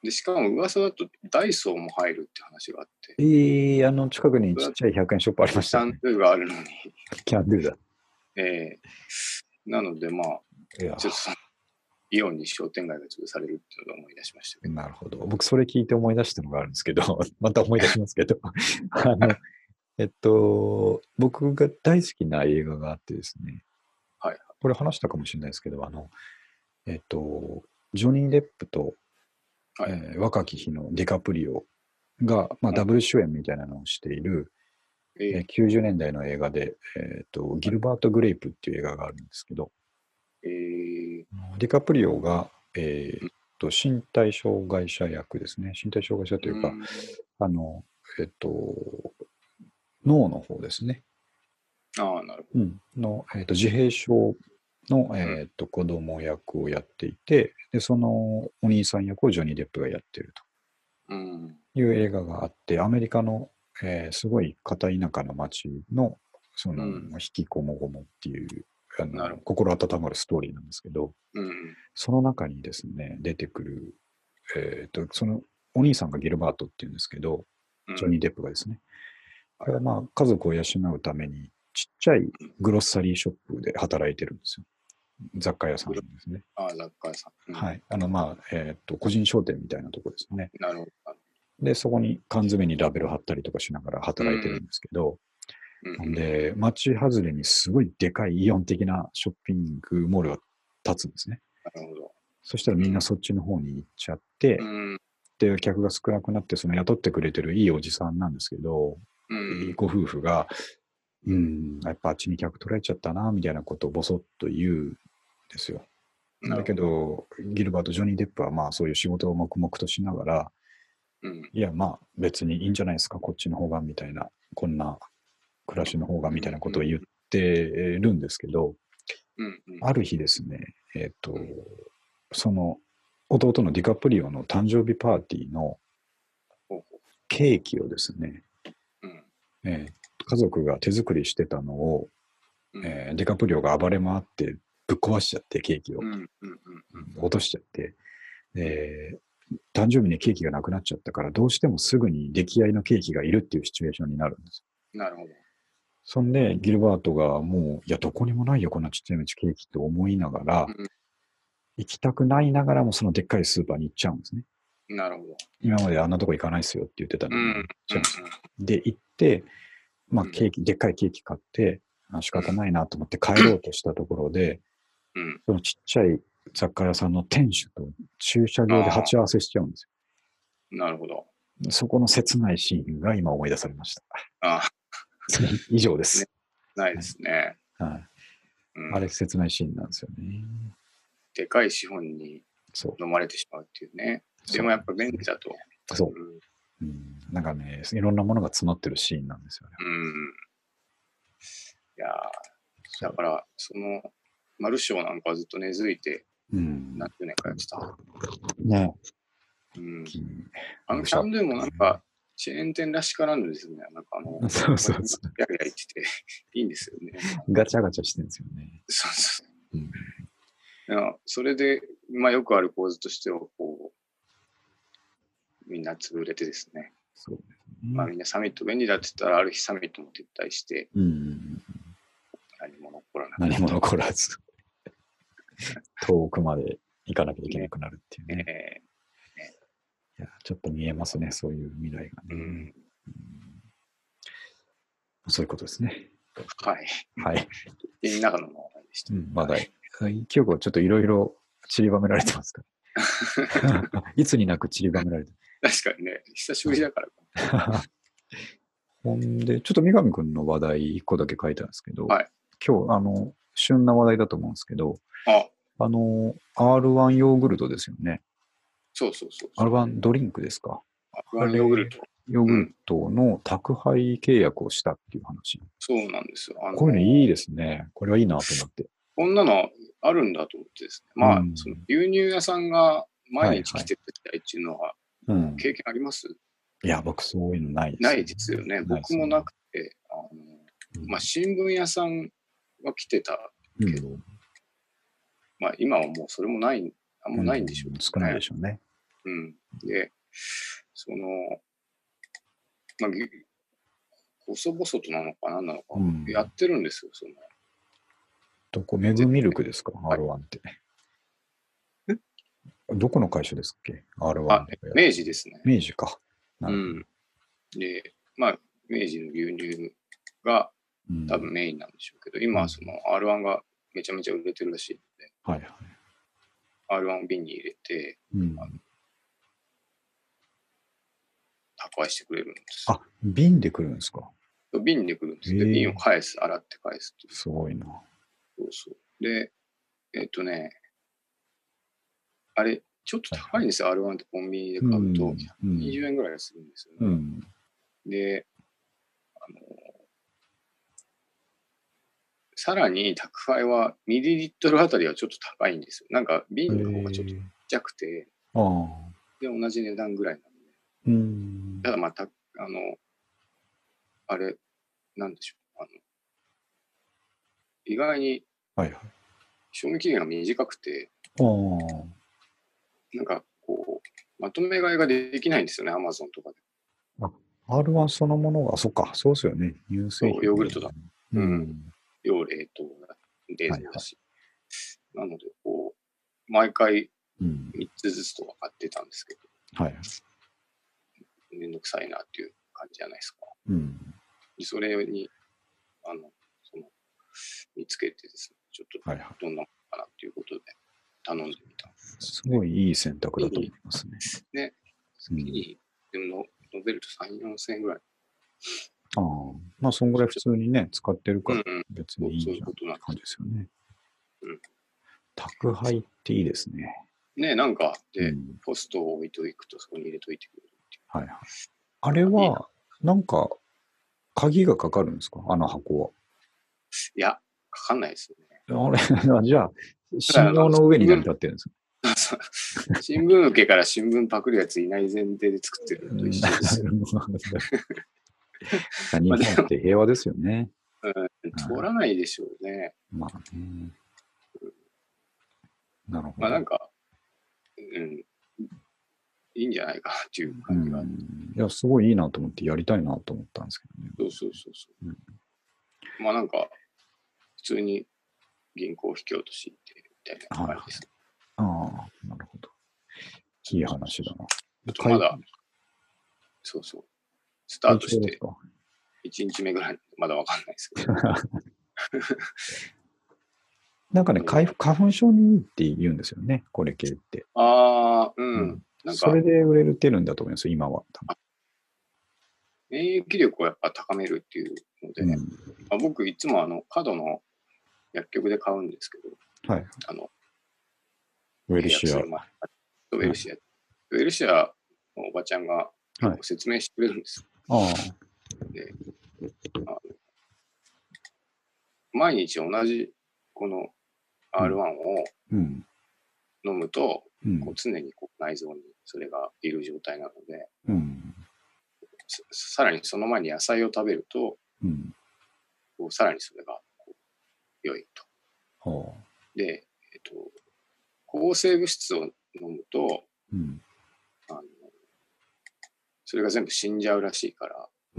で、しかも噂だとダイソーも入るって話があって。 ええー、あの近くにちっちゃいひゃくえんショップありましたね。 キャンドゥがあるのに。 キャンドゥだ。 ええー、なので、まあ、ちょっとイオンに商店街が潰されるっていうのを思い出しましたけど。 なるほど。僕、それ聞いて思い出したのがあるんですけど、また思い出しますけど、あの、えっと、僕が大好きな映画があってですね、 はい。 これ話したかもしれないですけど、あの、えっと、ジョニー・デップと、はい、えー、若き日のディカプリオが、まあ、ダブル主演みたいなのをしている、うん、えー、きゅうじゅうねんだいの映画で、えっと、ギルバート・グレイプっていう映画があるんですけど、えー、ディカプリオが、えー、と身体障害者役ですね。身体障害者というか、うん、あの、えっと、脳の方ですね。 ああ、なるほど。 うん、の、えっと、自閉症の、えっと、子供役をやっていて、で、そのお兄さん役をジョニー・デップがやっているという映画があって、アメリカの、えー、すごい片田舎の町の、その、うん、引きこもごもっていう、あの心温まるストーリーなんですけど、うん、その中にですね、出てくる、えー、とそのお兄さんがギルバートっていうんですけど、ジョニー・デップがですね、これはまあ家族を養うためにちっちゃいグロッサリーショップで働いてるんですよ。雑貨屋さんですね。 ああ、雑貨屋さん。 うん、はい。あの、まあ、えっと、個人商店みたいなところですね。 なるほど。 で、そこに缶詰にラベル貼ったりとかしながら働いてるんですけど、うん、で、街外れにすごいでかいイオン的なショッピングモールが立つんですね。 なるほど。 そしたらみんなそっちの方に行っちゃって、うん、で、客が少なくなって、その雇ってくれてるいいおじさんなんですけど、うん、いいご夫婦が、うん、やっぱあっちに客取られちゃったな、みたいなことをボソッと言うんですよ。だけど、ギルバート・ジョニー・デップはまあそういう仕事を黙々としながら、うん、いやまあ別にいいんじゃないですか、こっちの方がみたいな、こんな暮らしの方がみたいなことを言ってるんですけど、うんうん、ある日ですね、えっと、うん、その弟のディカプリオの誕生日パーティーのケーキをですね、うんえー、家族が手作りしてたのを、うんえー、ディカプリオが暴れ回ってぶっ壊しちゃって、ケーキを、うんうんうんうん、落としちゃって、で誕生日にケーキがなくなっちゃったから、どうしてもすぐに出来合いのケーキがいるっていうシチュエーションになるんです。 なるほど。 そんで、ギルバートがもう、いや、どこにもないよ、こんなちっちゃい道ケーキって思いながら、うん、行きたくないながらも、そのでっかいスーパーに行っちゃうんですね。 なるほど。 今まであんなとこ行かないですよって言ってたのに、行っちゃうんです。うん、で、行って、まあ、ケーキ、でっかいケーキ買って、仕方ないなと思って帰ろうとしたところで、うん、そのちっちゃい雑貨屋さんの店主と駐車場で鉢合わせしちゃうんですよ。なるほど。 そこの切ないシーンが今思い出されました。 ああ以上です。 ね、ないですね。 はいはいうん、あれ、切ないシーンなんですよね。 でかい資本に飲まれてしまうっていうね。でもやっぱ便利だと。 そう。うんうん、なんかね、いろんなものが詰まってるシーンなんですよね。 うん、いやだから、その、マルショーなんかはずっと根付いて、うん、何十年かやってた。 ね。 うん、あのキャンドゥもなんか、チェーン店らしからぬですね。なんかあの、 そうそうそう。 やりやりってて、いいんですよね。 ガチャガチャしてるんですよね。 そうそう。うん、いやそれで、まあよくある構図としては、こう、みんな潰れてですね。そうですね。まあみんなサミット便利だって言ったら、ある日サミットも撤退して、うん、何も残らない。 何も残らず。遠くまで行かなきゃいけなくなるっていうね。ねねいやちょっと見えますね、そういう未来がね。うんうん、そういうことですね。 はい。 はい。 長野の話題でした。 うん、話題。今日ちょっといろいろ散りばめられてますから。いつになく散りばめられて確かにね、久しぶりだから。 ほんで、ちょっと三上くんの話題いっこだけ書いたんですけど、 はい、 今日、あの、旬な話題だと思うんですけど、 ああの、アールワン ヨーグルトですよね。 そうそうそうそう。アールワン ドリンクですか。 アールワン ヨーグルト。 ヨーグルトの宅配契約をしたっていう話。うん、 そうなんですよ。 あのー、こういうのいいですね。これはいいなと思って。 こんなのあるんだと思ってですね。まあ、うん、その牛乳屋さんが毎日来てる時代っていうのは、経験あります、はいはいうん、いや、僕そういうのないです、 ね。ないですよね。僕もなくて、あの、うん、まあ、新聞屋さんは来てたけど、うん、まあ、今はもうそれもない、あんまないんでしょう、ね、 うん、少ないでしょうね。 うん。で、その、まあ、細々となのか何なのか、うん、やってるんですよ、その。 どこ、メグミルクですか、アールワン って。どこの会社ですっけ ?アールワン。 あ、明治ですね。 明治か。 なるほど。うん。で、まあ、明治の牛乳が多分メインなんでしょうけど、うん、今はその アールワン がめちゃめちゃ売れてるらしいので、 はいはい。 アールワン を瓶に入れて、うん、宅配してくれるんです。 あ、瓶で来るんですか？ 瓶で来るんです。で、瓶を返す、洗って返すっていう。 すごいな。 そうそう。で、えっとね、あれ、ちょっと高いんですよ、はい、アールワン ってコンビニで買うと、ひゃくにじゅうえんぐらいするんですよね。うん、で、あの、さらに宅配はミリリットルあたりはちょっと高いんですよ。なんか瓶の方がちょっとちっちゃくて、あで、同じ値段ぐらいなんで。うん、ただまた、あの、あれ、なんでしょう。あの意外に、賞味期限が短くて、はい、なんかこう、まとめ買いができないんですよね、アマゾンとかで。 あ、アールワン そのものが、そっか、そうですよね。乳製品、 ヨーグルトだ。うん。要冷凍だ。冷凍だし。はいはい、なので、こう、毎回みっつずつとか買ってたんですけど、はい。めんどくさいなっていう感じじゃないですか。うん。でそれに、あの、その、見つけてですね、ちょっとどんなものかなっていうことで頼んでみたんです、ね。 すごいいい選択だと思いますね。 ね。月に、うん、でもノベルトさん、よんせんえんぐらい。 ああ、まあ、そんぐらい普通にね、使ってるから別にいいんじゃんって感じですよね。うん。宅配っていいですね。 ね、なんか、で、うん、ポストを置いといくとそこに入れといてくれるっていう。 はいはい。あれは、なんか、鍵がかかるんですか、あの箱は。 いや、かかんないですね。 あれ、じゃあ、信用の上に成り立ってるんですか。 新聞受けから新聞パクるやついない前提で作ってるのと一緒ですよ。 日本って平和ですよね。 うん、通らないでしょうね。 まあね。なるほど。 まあなんか、うん、いいんじゃないかなっていう感じが。いや、すごいいいなと思ってやりたいなと思ったんですけどね。 そうそうそうそう。うん、まあなんか、普通に銀行引き落としってみたいな感じです。 ああ、なるほど。いい話だな。 あとまだ、そうそう。スタートして、いちにちめぐらい、まだわかんないですけど。 なんかね、花粉症にいいって言うんですよね、これ系って。 ああ、うん。うん、 なんかそれで売れてるんだと思います、今は。 免疫力をやっぱ高めるっていうので、うん、あ僕いつもあの、角の薬局で買うんですけど、はい。あの、 ウェルシア。 ウェルシア。はい、ウェルシアのおばちゃんが結構説明してくれるんですよ。はい、あであの毎日同じこの アールワン を飲むと、うん、こう常にこう内臓にそれがいる状態なので、うん、さらにその前に野菜を食べると、うん、こうさらにそれがこう良いと。はあ、で、えっと、抗生物質を飲むと、うん、あのそれが全部死んじゃうらしいから、うん、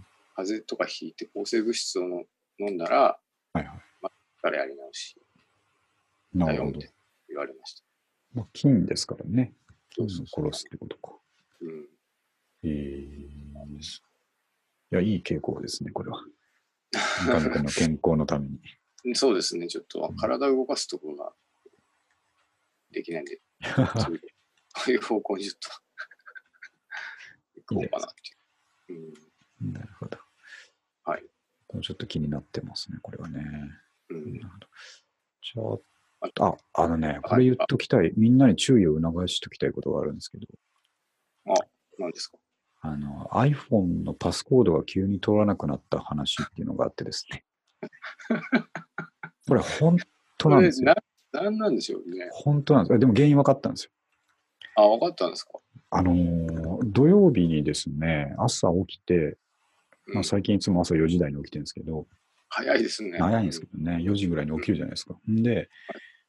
風邪とかひいて抗生物質をの飲んだら、はいはい、まあ、からやり直しだよみたいな言われました。 まあ、菌ですからね。菌を殺すってことか。うん、えー、いや、いい傾向ですね、これは。三上君の健康のために。 そうですね、ちょっと体を動かすところができないんで、そういう方向にちょっと行こうかなっていう。 うん、なるほど。 はい。 ちょっと気になってますね、これはね。うん、なるほど。じゃあ、あ、あのね、これ言っときたい、みんなに注意を促しときたいことがあるんですけど。 あ、何ですか？ あの、iPhone のパスコードが急に通らなくなった話っていうのがあってですね。これ本当なんですよ。 な、なんなんでしょうね。 本当なんですよ。でも原因分かったんですよ。 あ、分かったんですか？ あのー、土曜日にですね、朝起きて、まあ、最近いつも朝よじ台に起きてるんですけど、 早いですね。 早いんですけどね、よじぐらいに起きるじゃないですか。で、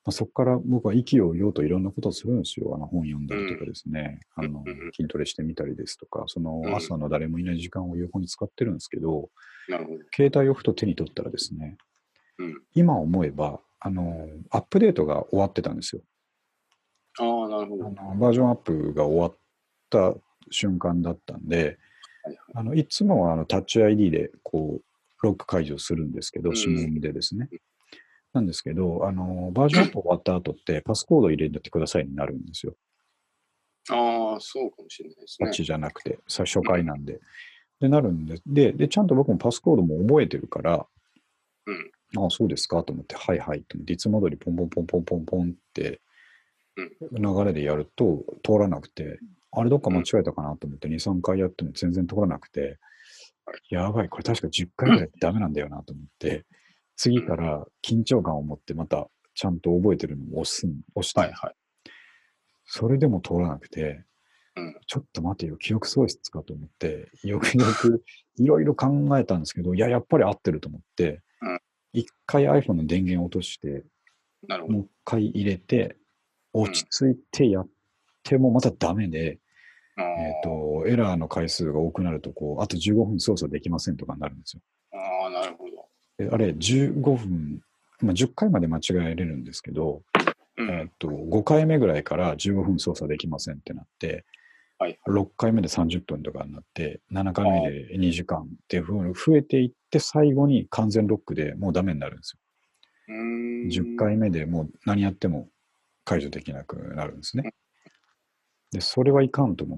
まあ、そこから僕は意気揚々といろんなことをするんですよ。あの本読んだりとかですね、うん、あの筋トレしてみたりですとか、その朝の誰もいない時間を有効に使ってるんですけど、 なるほど。 携帯をふと手に取ったらですね、 うん、 今思えばあの、アップデートが終わってたんですよ。 ああ、なるほど。 あのバージョンアップが終わった瞬間だったんで、はいはい、あのいつもはあのタッチ アイディー でこうロック解除するんですけど、指紋でですね。うん、なんですけど、あのバージョンアップ終わった後ってパスコード入れてくださいになるんですよ。 ああ、そうかもしれないですね。 タッチじゃなくて、最初回なんで。うん、で、なるんでで、で、ちゃんと僕もパスコードも覚えてるから、うん、ああ、そうですかと思って、はいはいと思って、いつも通りポンポンポンポンポンポンって流れでやると通らなくて、あれどっか間違えたかなと思ってに、さんかいやっても全然通らなくて、やばい、これ確かじゅっかいぐらいダメなんだよなと思って、次から緊張感を持ってまたちゃんと覚えてるのを押す、押したんです。はいはい、それでも通らなくて、うん、ちょっと待てよ、記憶喪失かと思って、よくよくいろいろ考えたんですけど、いや、やっぱり合ってると思って、一、うん、回 iPhone の電源を落として、もう一回入れて、落ち着いてやってもまたダメで、うん、えっと、エラーの回数が多くなると、こう、あとじゅうごふん操作できませんとかになるんですよ。 ああ、なるほど。 あれ、じゅうごふん、まあ、じゅっかいまで間違えれるんですけど、うん、えっと、ごかいめぐらいからじゅうごふん操作できませんってなって、はい、ろっかいめでさんじゅっぷんとかになって、ななかいめでにじかんっていうふうに増えていって、最後に完全ロックでもうダメになるんですよ。うーんじゅっかいめでもう何やっても解除できなくなるんですね。で、それはいかんと思って、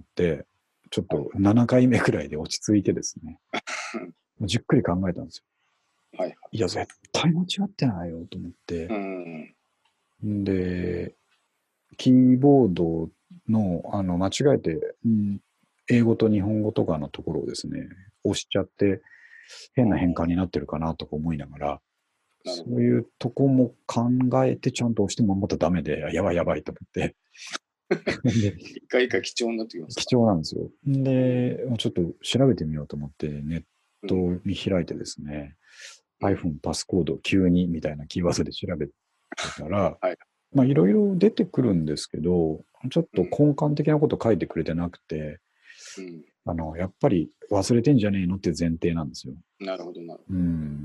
ちょっとななかいめくらいで落ち着いてですね、じっくり考えたんですよ。はい、いや、絶対間違ってないよと思って、うんで、キーボードのあの間違えて、うん、英語と日本語とかのところをですね、押しちゃって、変な変換になってるかなとか思いながら、そういうとこも考えてちゃんと押してもまたダメで、やばいやばいと思って。 一回一回貴重になってきますか？ 貴重なんですよ。で、ちょっと調べてみようと思って、ネットに開いてですね、うん、iPhone パスコード急にみたいなキーワードで調べてたら、はい、まあいろいろ出てくるんですけど、ちょっと根幹的なこと書いてくれてなくて、うん、あの、やっぱり忘れてんじゃねえのっていう前提なんですよ。 なるほど、なるほど。うん。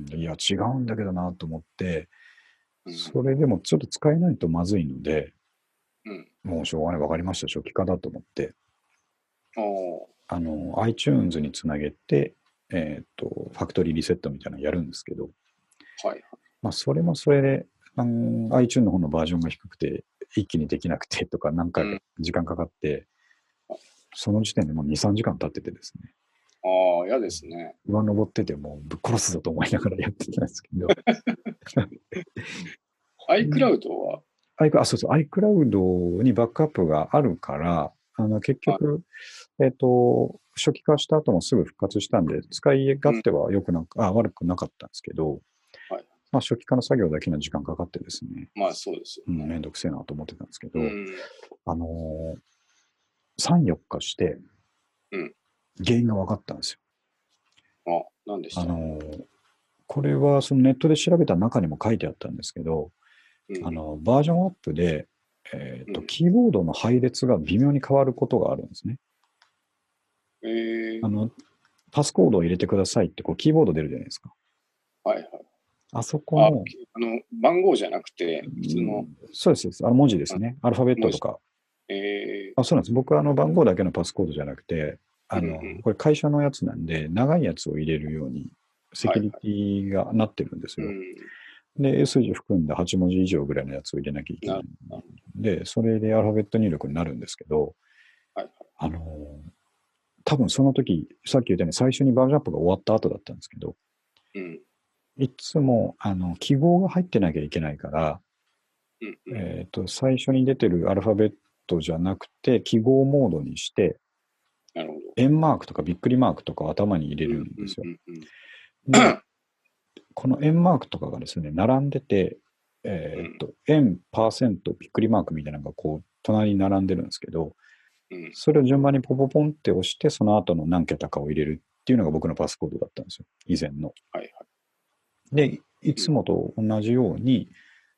いや、違うんだけどなと思って、うん、それでもちょっと使えないとまずいので、うん、もうしょうがない、わかりました、初期化だと思って、あの、iTunes につなげて、えっと、ファクトリーリセットみたいなのやるんですけど、はい。まあ、それもそれで、あの、iTunes の方のバージョンが低くて、一気にできなくてとか、何回か時間かかって、うん、その時点でもうに、さんじかん経っててですね。 ああ、嫌ですね。 上登っててもうぶっ殺すぞと思いながらやってたんですけど。 iCloud は、 あ、そうそう、iCloud にバックアップがあるから、あの結局、えっと、初期化した後もすぐ復活したんで、使い勝手は良くなく、うん、あ、悪くなかったんですけど、はい、まあ初期化の作業だけの時間かかってですね、 まあそうですよね。 うん、めんどくせえなと思ってたんですけど、うん、あのー、さん、よっかして、原因が分かったんですよ。あ、なんでした？ あのー、これはそのネットで調べた中にも書いてあったんですけど、うん、あのバージョンアップで、えーとうん、キーボードの配列が微妙に変わることがあるんですね。 えー、 あのパスコードを入れてくださいってこうキーボード出るじゃないですか。 はいはい。 あそこの。あの番号じゃなくて、普通の。 うん、そうです。あの文字ですね。アルファベットとか。えー、あそうなんです。僕はあの番号だけのパスコードじゃなくて、あの、うんうん、これ会社のやつなんで、長いやつを入れるように、セキュリティがなってるんですよ。はいはい、うん、で、数字含んだはちもじ以上ぐらいのやつを入れなきゃいけない。で、それでアルファベット入力になるんですけど、はいはい、あの、多分その時、さっき言ったように最初にバージョンアップが終わった後だったんですけど、うん、いつもあの記号が入ってなきゃいけないから、うんうん、えーと、最初に出てるアルファベットじゃなくて、記号モードにして、なるほど。円マークとかびっくりマークとかを頭に入れるんですよ。うんうんうん、で、この円マークとかがですね、並んでて、えーと、円、パーセント、びっくりマークみたいなのがこう、隣に並んでるんですけど、うん、それを順番にポポポンって押して、その後の何桁かを入れるっていうのが僕のパスコードだったんですよ、以前の。はいはい、で、いつもと同じように、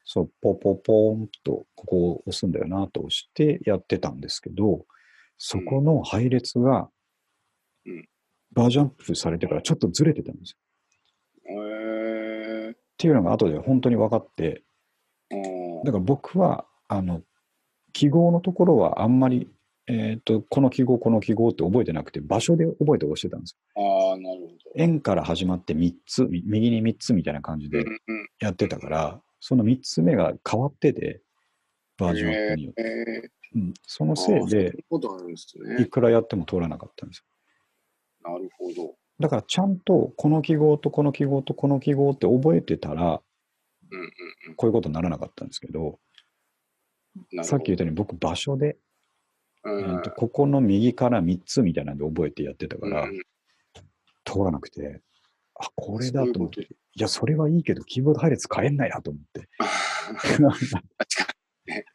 そう、ポポポーンと、ここを押すんだよなと押してやってたんですけど、そこの配列が、バージョンアップされてからちょっとずれてたんですよ。へ、えー、 っていうのが後で本当に分かって、だから僕は、あの、記号のところはあんまり、えっと、この記号、この記号って覚えてなくて、場所で覚えて押してたんですよ。ああ、なるほど。 円から始まってみっつ、右にみっつみたいな感じでやってたから、そのみっつめが変わってて、バージョンアップによって。えーうん、そのせいで、いくらやっても通らなかったんですよ。なるほど。 だからちゃんとこの記号とこの記号とこの記号って覚えてたら、 うんうんうん、 こういうことにならなかったんですけど、どさっき言ったように僕場所で、うんえー、とここの右からみっつみたいなんで覚えてやってたから、うん、通らなくて、あ、これだと思って、いや、それはいいけど、キーボード配列変えんなやと思って。確かにね。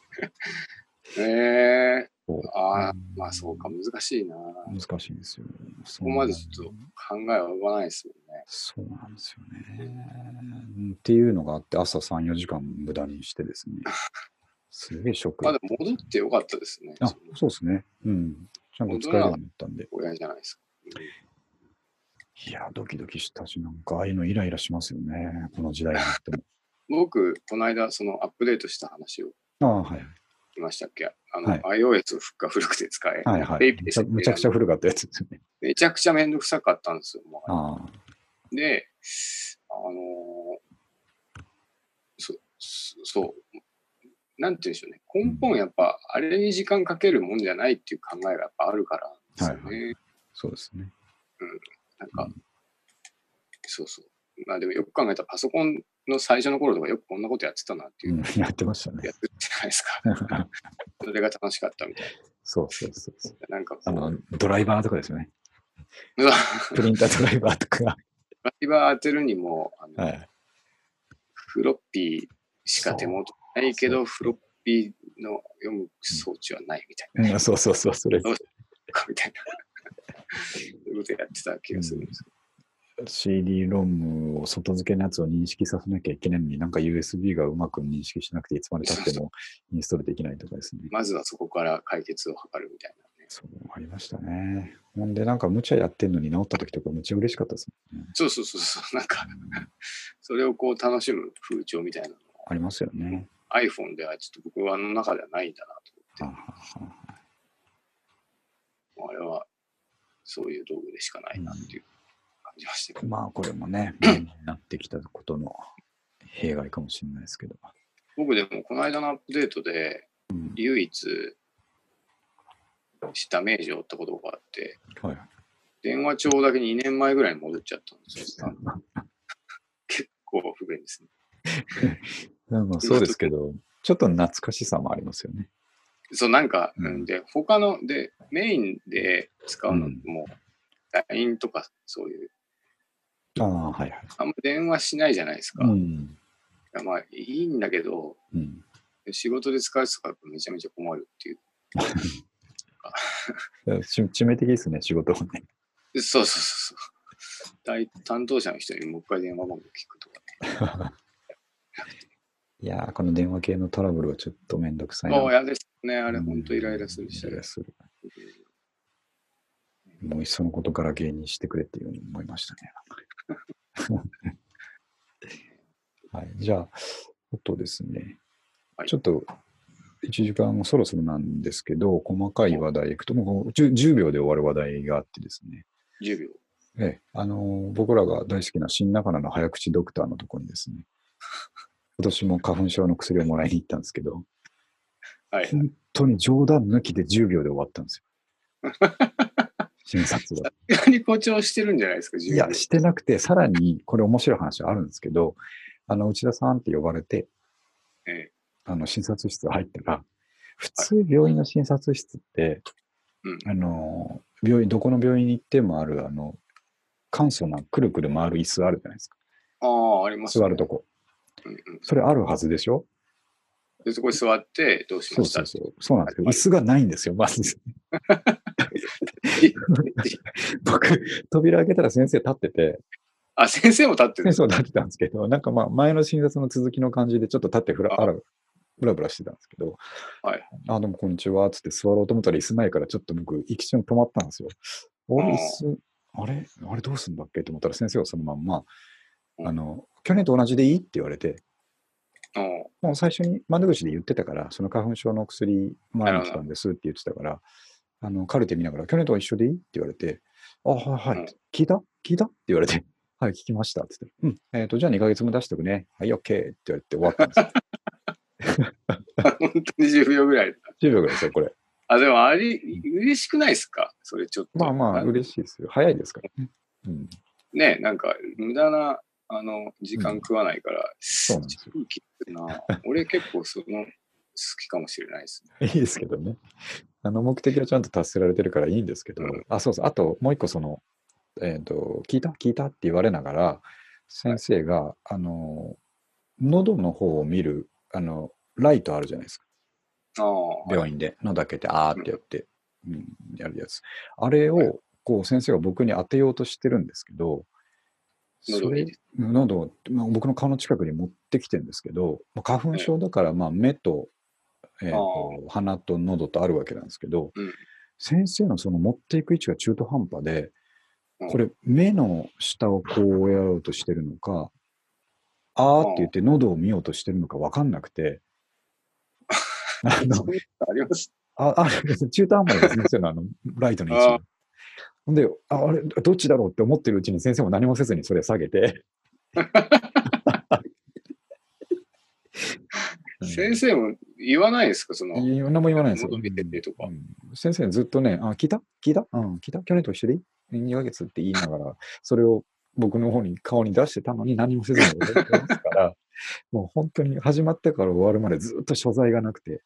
えー、ああ、まあそうか、難しいな。 難しいんですよ。 そこまでちょっと考えは及ばないですもんね。 そうなんですよね。うん、っていうのがあって、朝さん、よじかん無駄にしてですね。すげえショック。 まだ戻ってよかったですね。 あ、そうですね。うん。ちゃんと使えるようになったんで。 親じゃないですか。 いや、ドキドキしたし、なんか、ああいうのイライラしますよね。この時代になっても。 僕、この間、そのアップデートした話を。 ああ、はい。 いましたっけあの、はい、iOS が古くて使え。 はいはい。むちゃくちゃ古かったやつですよね。 めちゃくちゃめんどくさかったんですよ。もうあで、あのー、そ、そう、なんて言うんでしょうね。根本やっぱ、あれに時間かけるもんじゃないっていう考えがやっぱあるからですよね。はいはい、 そうですね。 うん。なんか、うん、そうそう。まあでもよく考えたらパソコンの最初の頃とかよくこんなことやってたなっていう。うん、 やってましたね。 やってじゃないですか。それが楽しかったみたいな。 そうそうそうそう。 なんかあの、ドライバーとかですよね。プリンタードライバーとか。ドライバー当てるにも、あの、はい、フロッピーしか手元ないけど、フロッピーの読む装置はないみたいな、ねうん。そうそうそう、それ。 みたいな。そういうことやってた気がするんですけど。 うん、シーディー ロムを外付けのやつを認識させなきゃいけないのに、なんか ユーエスビー がうまく認識しなくて、いつまで経ってもインストールできないとかですね。 まずはそこから解決を図るみたいな、ね。 そう、ありましたね。ほんで、なんか無茶やってんのに治った時とかむっちゃ嬉しかったですね。 そうそうそうそう。なんか、うん、それをこう楽しむ風潮みたいなのありますよね。 iPhone ではちょっと僕はあの中ではないんだなと思って。はあはあ、あれはそういう道具でしかないなっていう感じましたけど。 まあこれもね、便利になってきたことの弊害かもしれないですけど。 僕でもこの間のアップデートで唯一した名字を負ったことがあって、うん、はい、電話帳だけにねんまえぐらいに戻っちゃったんですよ。結構不便ですね。 そうですけど、ちょっと懐かしさもありますよね。 そう、なんか、うん、で、他の、で、メインで使うのも、ライン とかそういう。 ああ、はいはい。 あんま電話しないじゃないですか。うん、いやまあ、いいんだけど、うん、仕事で使う人がめちゃめちゃ困るっていう。 致命的ですね、仕事をね。 そうそうそうそう。担当者の人にもう一回電話番号聞くとかね。 いやー、この電話系のトラブルはちょっとめんどくさいな。 もう嫌ですね。あれ、ほんとイライラするし。イライラする。 もういっそのことから芸人してくれっていうふうに思いましたね。はい、じゃあ、あとですね、はい、ちょっといちじかんそろそろなんですけど、細かい話題いくと、もう 10, じゅうびょうで終わる話題があってですね。 じゅうびょう。 ええ、あのー、僕らが大好きな新中野の早口ドクターのところにですね、今年も花粉症の薬をもらいに行ったんですけど、はい、本当に冗談抜きでじゅうびょうで終わったんですよ。診察が。 さすがに誇張してるんじゃないですか、 いや、してなくて、さらにこれ面白い話あるんですけど、あの、内田さんって呼ばれて、ええ、あの、診察室入ったら、普通病院の診察室って、はい、あの、病院、どこの病院に行ってもある、あの、簡素なくるくる回る椅子あるじゃないですか。 ああ、ありますね。座るとこ。うんうん、それあるはずでしょ？ で、そこに座って、どうしました？ そうそうそう。そうなんですけど、椅子がないんですよ、まず。僕、扉開けたら先生立ってて、 あ、先生も立ってる。 先生も立ってたんですけど、なんかまあ前の診察の続きの感じでちょっと立ってふら、あら、ブラブラしてたんですけど、 はい。 あ、どうもこんにちは、つって座ろうと思ったら椅子前からちょっと僕、一瞬止まったんですよ。あれ、椅子、あれあれどうすんだっけと思ったら先生はそのまんま、あの、去年と同じでいいって言われて、もう最初に窓口で言ってたから、その花粉症の薬前に来たんですって言ってたから、あの、カルテ見ながら、去年と一緒でいいって言われて、あ、はいはい。聞いた聞いたって言われて、はい、聞きましたって言って、うん、えっ、ー、と、じゃあにかげつも出しておくね。はい、OK って言われて終わったんですよ。 本当にじゅうびょうぐらい。 じゅうびょうぐらいですよ、これ。 あ、でもあり、嬉しくないですかそれちょっと。 まあまあ、嬉しいですよ。早いですからね。うん、 ね、なんか、無駄な、あの、時間食わないから、うん、 そうなんですよ。 な俺結構その、好きかもしれないですね。いいですけどね。あの、目的はちゃんと達せられてるからいいんですけど、うん、あ、そうそう。あと、もう一個その、えっ、ー、と、聞いた聞いたって言われながら、先生が、はい、あの、喉の方を見る、あの、ライトあるじゃないですか。病院で喉開けて、あーってやって、うん、やるやつ。あれを、こう、先生が僕に当てようとしてるんですけど、それ、喉を、まあ、僕の顔の近くに持ってきてるんですけど、まあ、花粉症だから、まあ、目と、えーと、鼻と喉とあるわけなんですけど、うん、先生のその持っていく位置が中途半端で、これ、目の下をこうやろうとしてるのか、あーって言って喉を見ようとしてるのか分かんなくて、 あの、あります。 あ、あれ、中途半端ですね、先生のあの、ライトの位置が。ほんで、あ、あれ、どっちだろうって思ってるうちに先生も何もせずにそれ下げて。 先生も言わないですかその。 何も言わないですよ。うん、先生ずっとね、あ、聞いた聞いたうん、聞いた去年と一緒でいい ?に ヶ月って言いながら、それを僕の方に顔に出してたのに何もせずに終わってますから、もう本当に始まってから終わるまでずっと所在がなくて。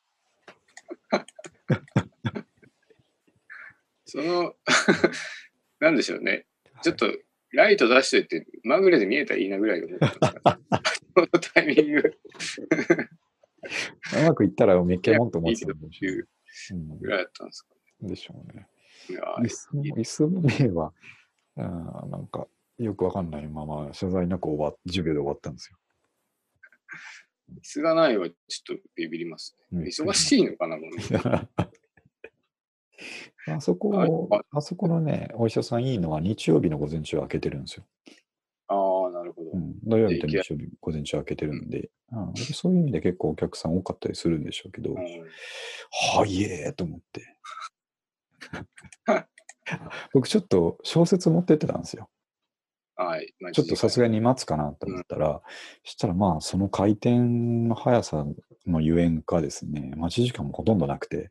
その、なんでしょうね。ちょっと、ライト出しといて、まぐれで見えたらいいなぐらいで思ったんですかね。そのタイミング。 うまくいったらめっけもんと思ってたんでしょうね。ぐらいだったんですかね。でしょうね。椅子の、椅子の名は、あなんか、よくわかんないまま、謝罪なく終わっ、じゅうびょうで終わったんですよ。 椅子がないはちょっとビビりますね。うん、忙しいのかな、もう。 あそこ、あそこのね、お医者さんいいのは日曜日の午前中は開けてるんですよ。 ああ、なるほど。 うん、土曜日と日曜日午前中開けてるんで、うん、そういう意味で結構お客さん多かったりするんでしょうけど、うん、はイエーと思って。僕ちょっと小説持ってってたんですよ。 はい。 ちょっとさすがに待つかなと思ったら、うん、したらまあその回転の速さのゆえんかですね、待ち時間もほとんどなくて。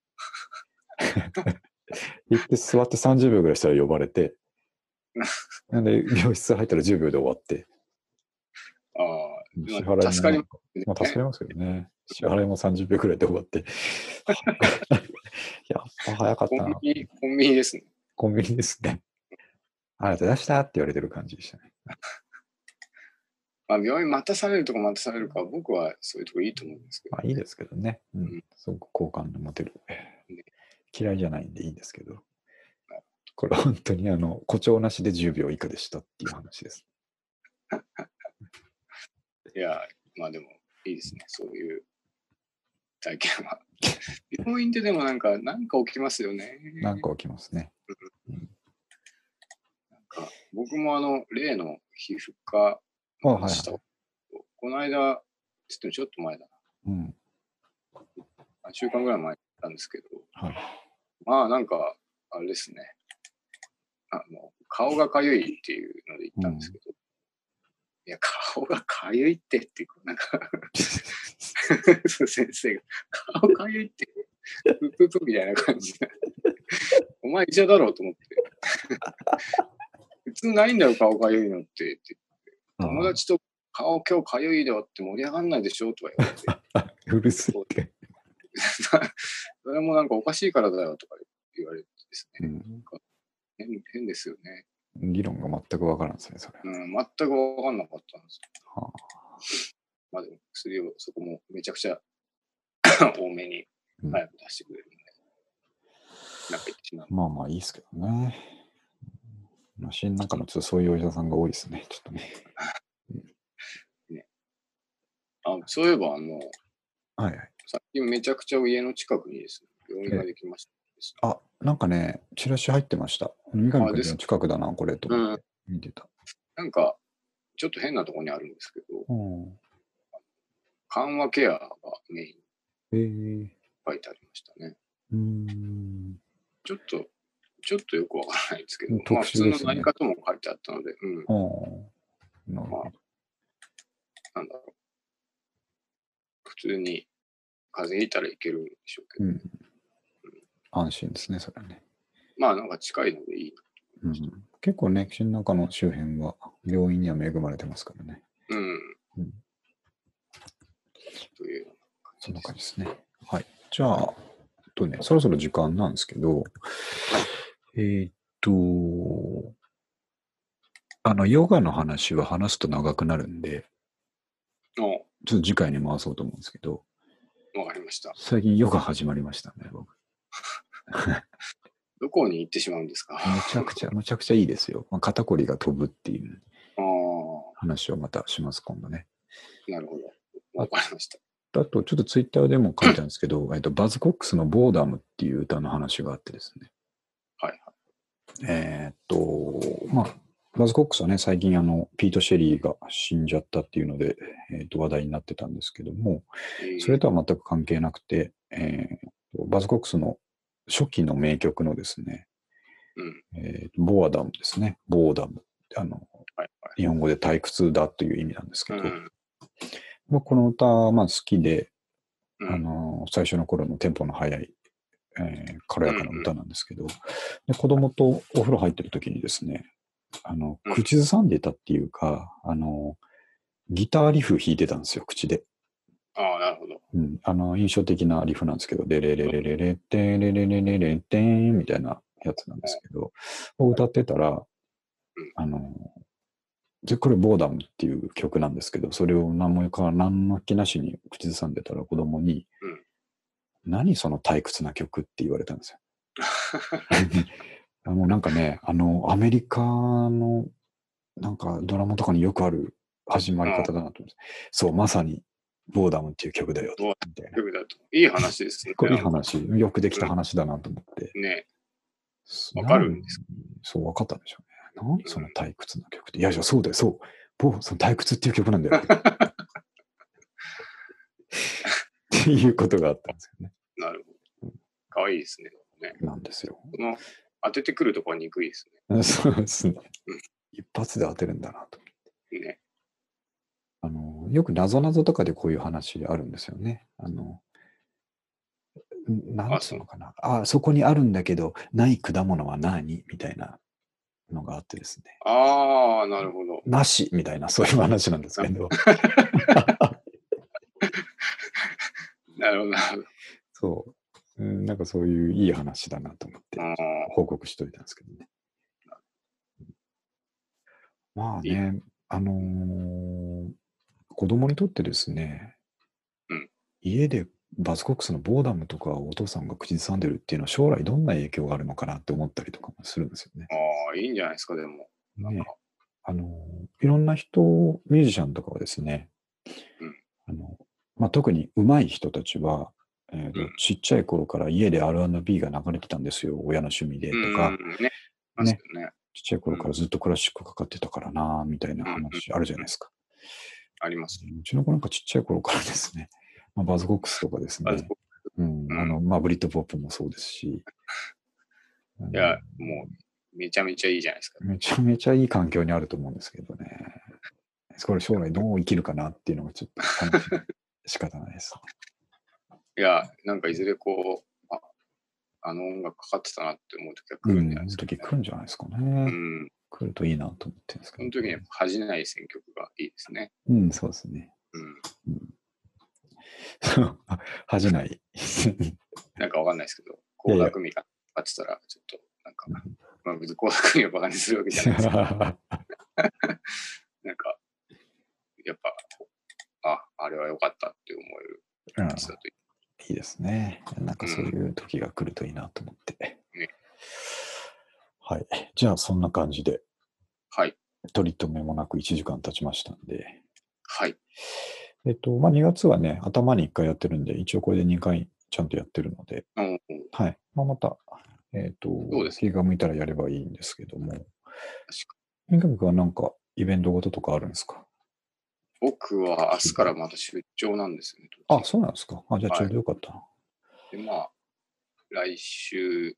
行って座ってさんじゅうびょうぐらいしたら呼ばれて、なんで病室入ったらじゅうびょうで終わって。 ああ、 支払いも、助かります、ね、まあ、助かりますけどね。支払いもさんじゅうびょうくらいで終わって。やっぱ早かったな。 コンビニ、コンビニですね。 コンビニですね。ありがとうございましたって言われてる感じでしたね。 まあ、病院待たされるとか待たされるか、僕はそういうとこいいと思うんですけど、 ね。まあいいですけどね。うん。すごく好感の持てる。ね、嫌いじゃないんでいいんですけど。これ本当にあの、誇張なしでじゅうびょう以下でしたっていう話です。 いや、まあでもいいですね。そういう体験は。病院ってでもなんか、なんか起きますよね。 なんか起きますね。 うん、なんか僕もあの、例の皮膚科の話した、はいはい、この間、ちょっとちょっと前だな。うん。いっしゅうかんぐらい前なんですけど、はい、まあなんか、あれですね。あの、顔がかゆいっていうので言ったんですけど、うん、いや、顔がかゆいってっていう、なんか先生が、顔かゆいって、プププみたいな感じで、お前医者だろうと思って、普通ないんだよ、顔かゆいのって、って友達と顔今日かゆいだよって盛り上がんないでしょとか言われて。 うるせえ。 それもなんかおかしいからだよとか言われてですね。うん、なんか 変, 変ですよね。 議論が全く分からんですね、それ。 うん、全く分かんなかったんですよ。はあ、まあでも薬をそこもめちゃくちゃ多めに早く出してくれるので、うん、なんか言ってしまう。 まあまあいいですけどね。 新中野、ちょっとそういうお医者さんが多いですね、ちょっとね。 ねあそういえば、あの、 はいはい。 最近めちゃくちゃ家の近くにですね、病院ができました、 ね。あ、なんかね、チラシ入ってました。三上君の近くだな、これと思って見てた。 うん、なんか、ちょっと変なところにあるんですけど、 うん、 緩和ケアがメインえー、 書いてありましたね。 うーん。 ちょっと、ちょっとよくわからないですけど、 特殊ですね、 まあ普通の何かとも書いてあったので、うん。 ああ、なるほど。 まあ、なんだろう。普通に風邪ひいたらいけるんでしょうけど。うんうん、安心ですね、それはね。 まあなんか近いのでいいな。うん、結構ね、新中野周辺は病院には恵まれてますからね。 うん。 うん、 というそんな感じですね。はい。じゃあ、とね、そろそろ時間なんですけど、えーっと、あの、ヨガの話は話すと長くなるんで、ちょっと次回に回そうと思うんですけど、 わかりました。 最近ヨガ始まりましたね、僕。 どこに行ってしまうんですか？ むちゃくちゃ、むちゃくちゃいいですよ。まあ、肩こりが飛ぶっていうあ話をまたします、今度ね。 なるほど。わかりました。 あと、ちょっとツイッターでも書いたんですけど、えっと、バズコックスのボーダムっていう歌の話があってですね。 はいはい。 えーっと、まあ、バズコックスはね、最近あの、ピート・シェリーが死んじゃったっていうので、えーっと、話題になってたんですけども、 えー、 それとは全く関係なくて、えー、バズコックスの初期の名曲のですね、 うんえー、ボーダムですね。ボーダム。あの、 はいはい、 日本語で退屈だという意味なんですけど、 うん、 僕この歌はまあ好きで、 うん、 あの、最初の頃のテンポの速い、えー軽やかな歌なんですけど、で子供とお風呂入ってる時にですね、あの、 うん、 口ずさんでたっていうか、あの、ギターリフ弾いてたんですよ、口で。 ああ、なるほど。 うん、あの、印象的なリフなんですけど、レレレレレレテレレレレレテンみたいなやつなんですけど、を歌ってたら、あの、で、これ、ボーダムっていう曲なんですけど、それを何もか、何の気なしに口ずさんでたら子供に、 うん、 何その退屈な曲って言われたんですよ。あの、なんかね、あの、アメリカの、なんかドラマとかによくある始まり方だなと思って。そう、まさに、ボーダムっていう曲だよ、みたいな。 曲だと。いい話ですね。 これいい話、よくできた話だなと思って。 うん、ねわかなんるんですか？ そう、わかったんでしょうね。何その退屈な曲って。いや、じゃあそうだよ、そう。ボー、その退屈っていう曲なんだよ。っていうことがあったんですよね。 なるほど。かわいいですね。ねなんですよ。 この当ててくるところは憎いですね。そうですね。 うん、 一発で当てるんだなと。 ね。 あの、よく謎々とかでこういう話あるんですよね。あの、なんつうのかな。あ、そこにあるんだけど、ない果物は何みたいなのがあってですね。 ああ、なるほど。 なしみたいな、そういう話なんですけど。 なるほど、なるほど。 そう、うん。なんかそういういい話だなと思って報告しといたんですけどね。まあね、あのー、子供にとってですね、 うん、 家でバズコックスのボーダムとかお父さんが口ずさんでるっていうのは将来どんな影響があるのかなって思ったりとかもするんですよね。 ああ、いいんじゃないですか、でも。なんね、 か。 あの、いろんな人、ミュージシャンとかはですね、 うん、 あの、まあ、特に上手い人たちは、えーとうん、 ちっちゃい頃から家で アールアンドビー が流れてたんですよ。親の趣味でうとか、 ん、ね。ますね、 よね。 ちっちゃい頃からずっとクラシックかかってたからな、みたいなうん、うん、 話あるじゃないですか。 あります。 うちの子なんかちっちゃい頃からですね、まあ、バズコックスとかですね、うん、あの、まあ、ブリッドポップもそうですし、 いや、もう、めちゃめちゃいいじゃないですか。 めちゃめちゃいい環境にあると思うんですけどね。これ将来どう生きるかなっていうのがちょっと楽しい。仕方ないです。 いや、なんかいずれこう、ああの音楽かかってたなって思う時は来るんじゃないですか、ね。 うん、時来るんじゃないですかね。 うん。 来るといいなと思ってるんですけど、ね。 その時にやっぱ恥じない選曲がいいですね。 うん、そうですね。 うん。 うん、恥じない。 なんかわかんないですけど、倖田來未がかかってたら、ちょっと、なんか、まあ別に倖田來未をバカにするわけじゃないですけど、なんか、やっぱ、あ、あれは良かったって思えるアーティストだといい。 いいですね。なんかそういう時が来るといいなと思って。 うんね、 はい。じゃあ、そんな感じで、 はい。 取り留めもなくいちじかん経ちましたんで。 はい。 えっと、まあ、にがつはね、頭にいっかいやってるんで、一応これでにかいちゃんとやってるので、 うん、 はい。まあ、また、えっと、 そうです。 気が向いたらやればいいんですけども、 確か三上君はなんかイベントごととかあるんですか？ 僕は明日からまた出張なんですよね。 あ、そうなんですか。あ、じゃあちょうどよかったな。 はい、で、まあ、来週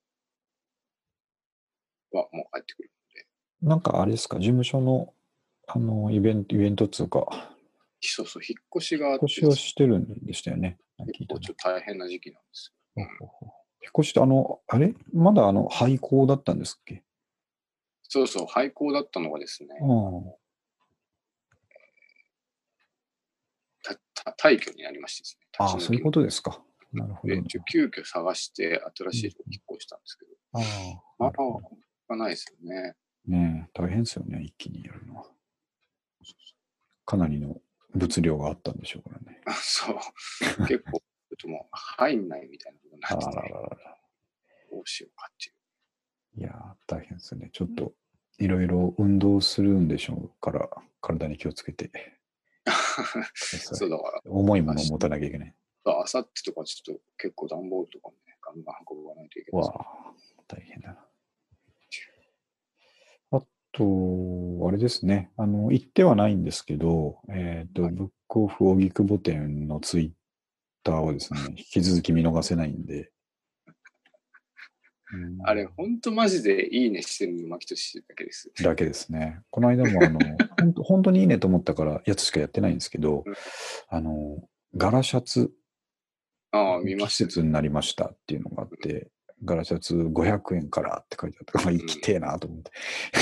はもう帰ってくるので。 なんかあれですか、事務所の、あの、イベント、イベントっつうか、 そうそう、引っ越しがあって、 引っ越しをしてるんでしたよね。 結構ちょっと大変な時期なんですよ。うん、 引っ越しって、あの、あれまだあの、廃校だったんですっけ？ そうそう、廃校だったのがですね、 あのたた退去になりましてですね。 ああ、そういうことですか。なるほど、 で、 ね。 急遽探して新しいとこ引っ越したんですけど、 ああ、 まあ、 なるがないですよね。 ねえ、大変ですよね、一気にやるのは。かなりの物量があったんでしょうからね。 あ、そう。結構、ちょっともう入んないみたいなことになってて、 あららららどうしようかっていう。 いやー、大変ですね。ちょっと、いろいろ運動するんでしょうから、体に気をつけて。 そうだから。 重いものを持たなきゃいけない。 あさってとかちょっと結構段ボールとかもね、ガンガン運ばないといけない。 わあ、大変だな。あと、あれですね。あの、言ってはないんですけど、えっと、ブックオフ荻窪店のツイッターをですね、引き続き見逃せないんで。 うん、あれ、ほんとマジでいいねしてるの、牧俊だけです。 だけですね。この間も、あの、本当本当にいいねと思ったからやつしかやってないんですけど、うん、あの、柄シャツ、 ああ、見ました、 季節になりましたっていうのがあって、うん、柄シャツごひゃくえんからって書いてあったから、生きてえなと思って。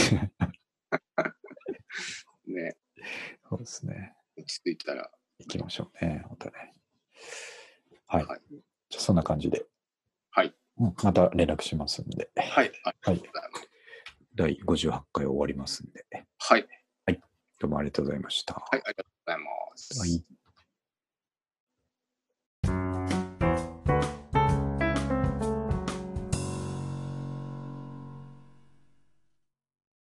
うん、ね。 そうですね。 落ち着いたら。 行きましょうね、またね。はい。はい、じゃそんな感じで。 はい。 うん、また連絡しますんで。 はい。 はい。だいごじゅうはちかい終わりますんで。 はい。 はい。どうもありがとうございました。 はい、ありがとうございます。 はい。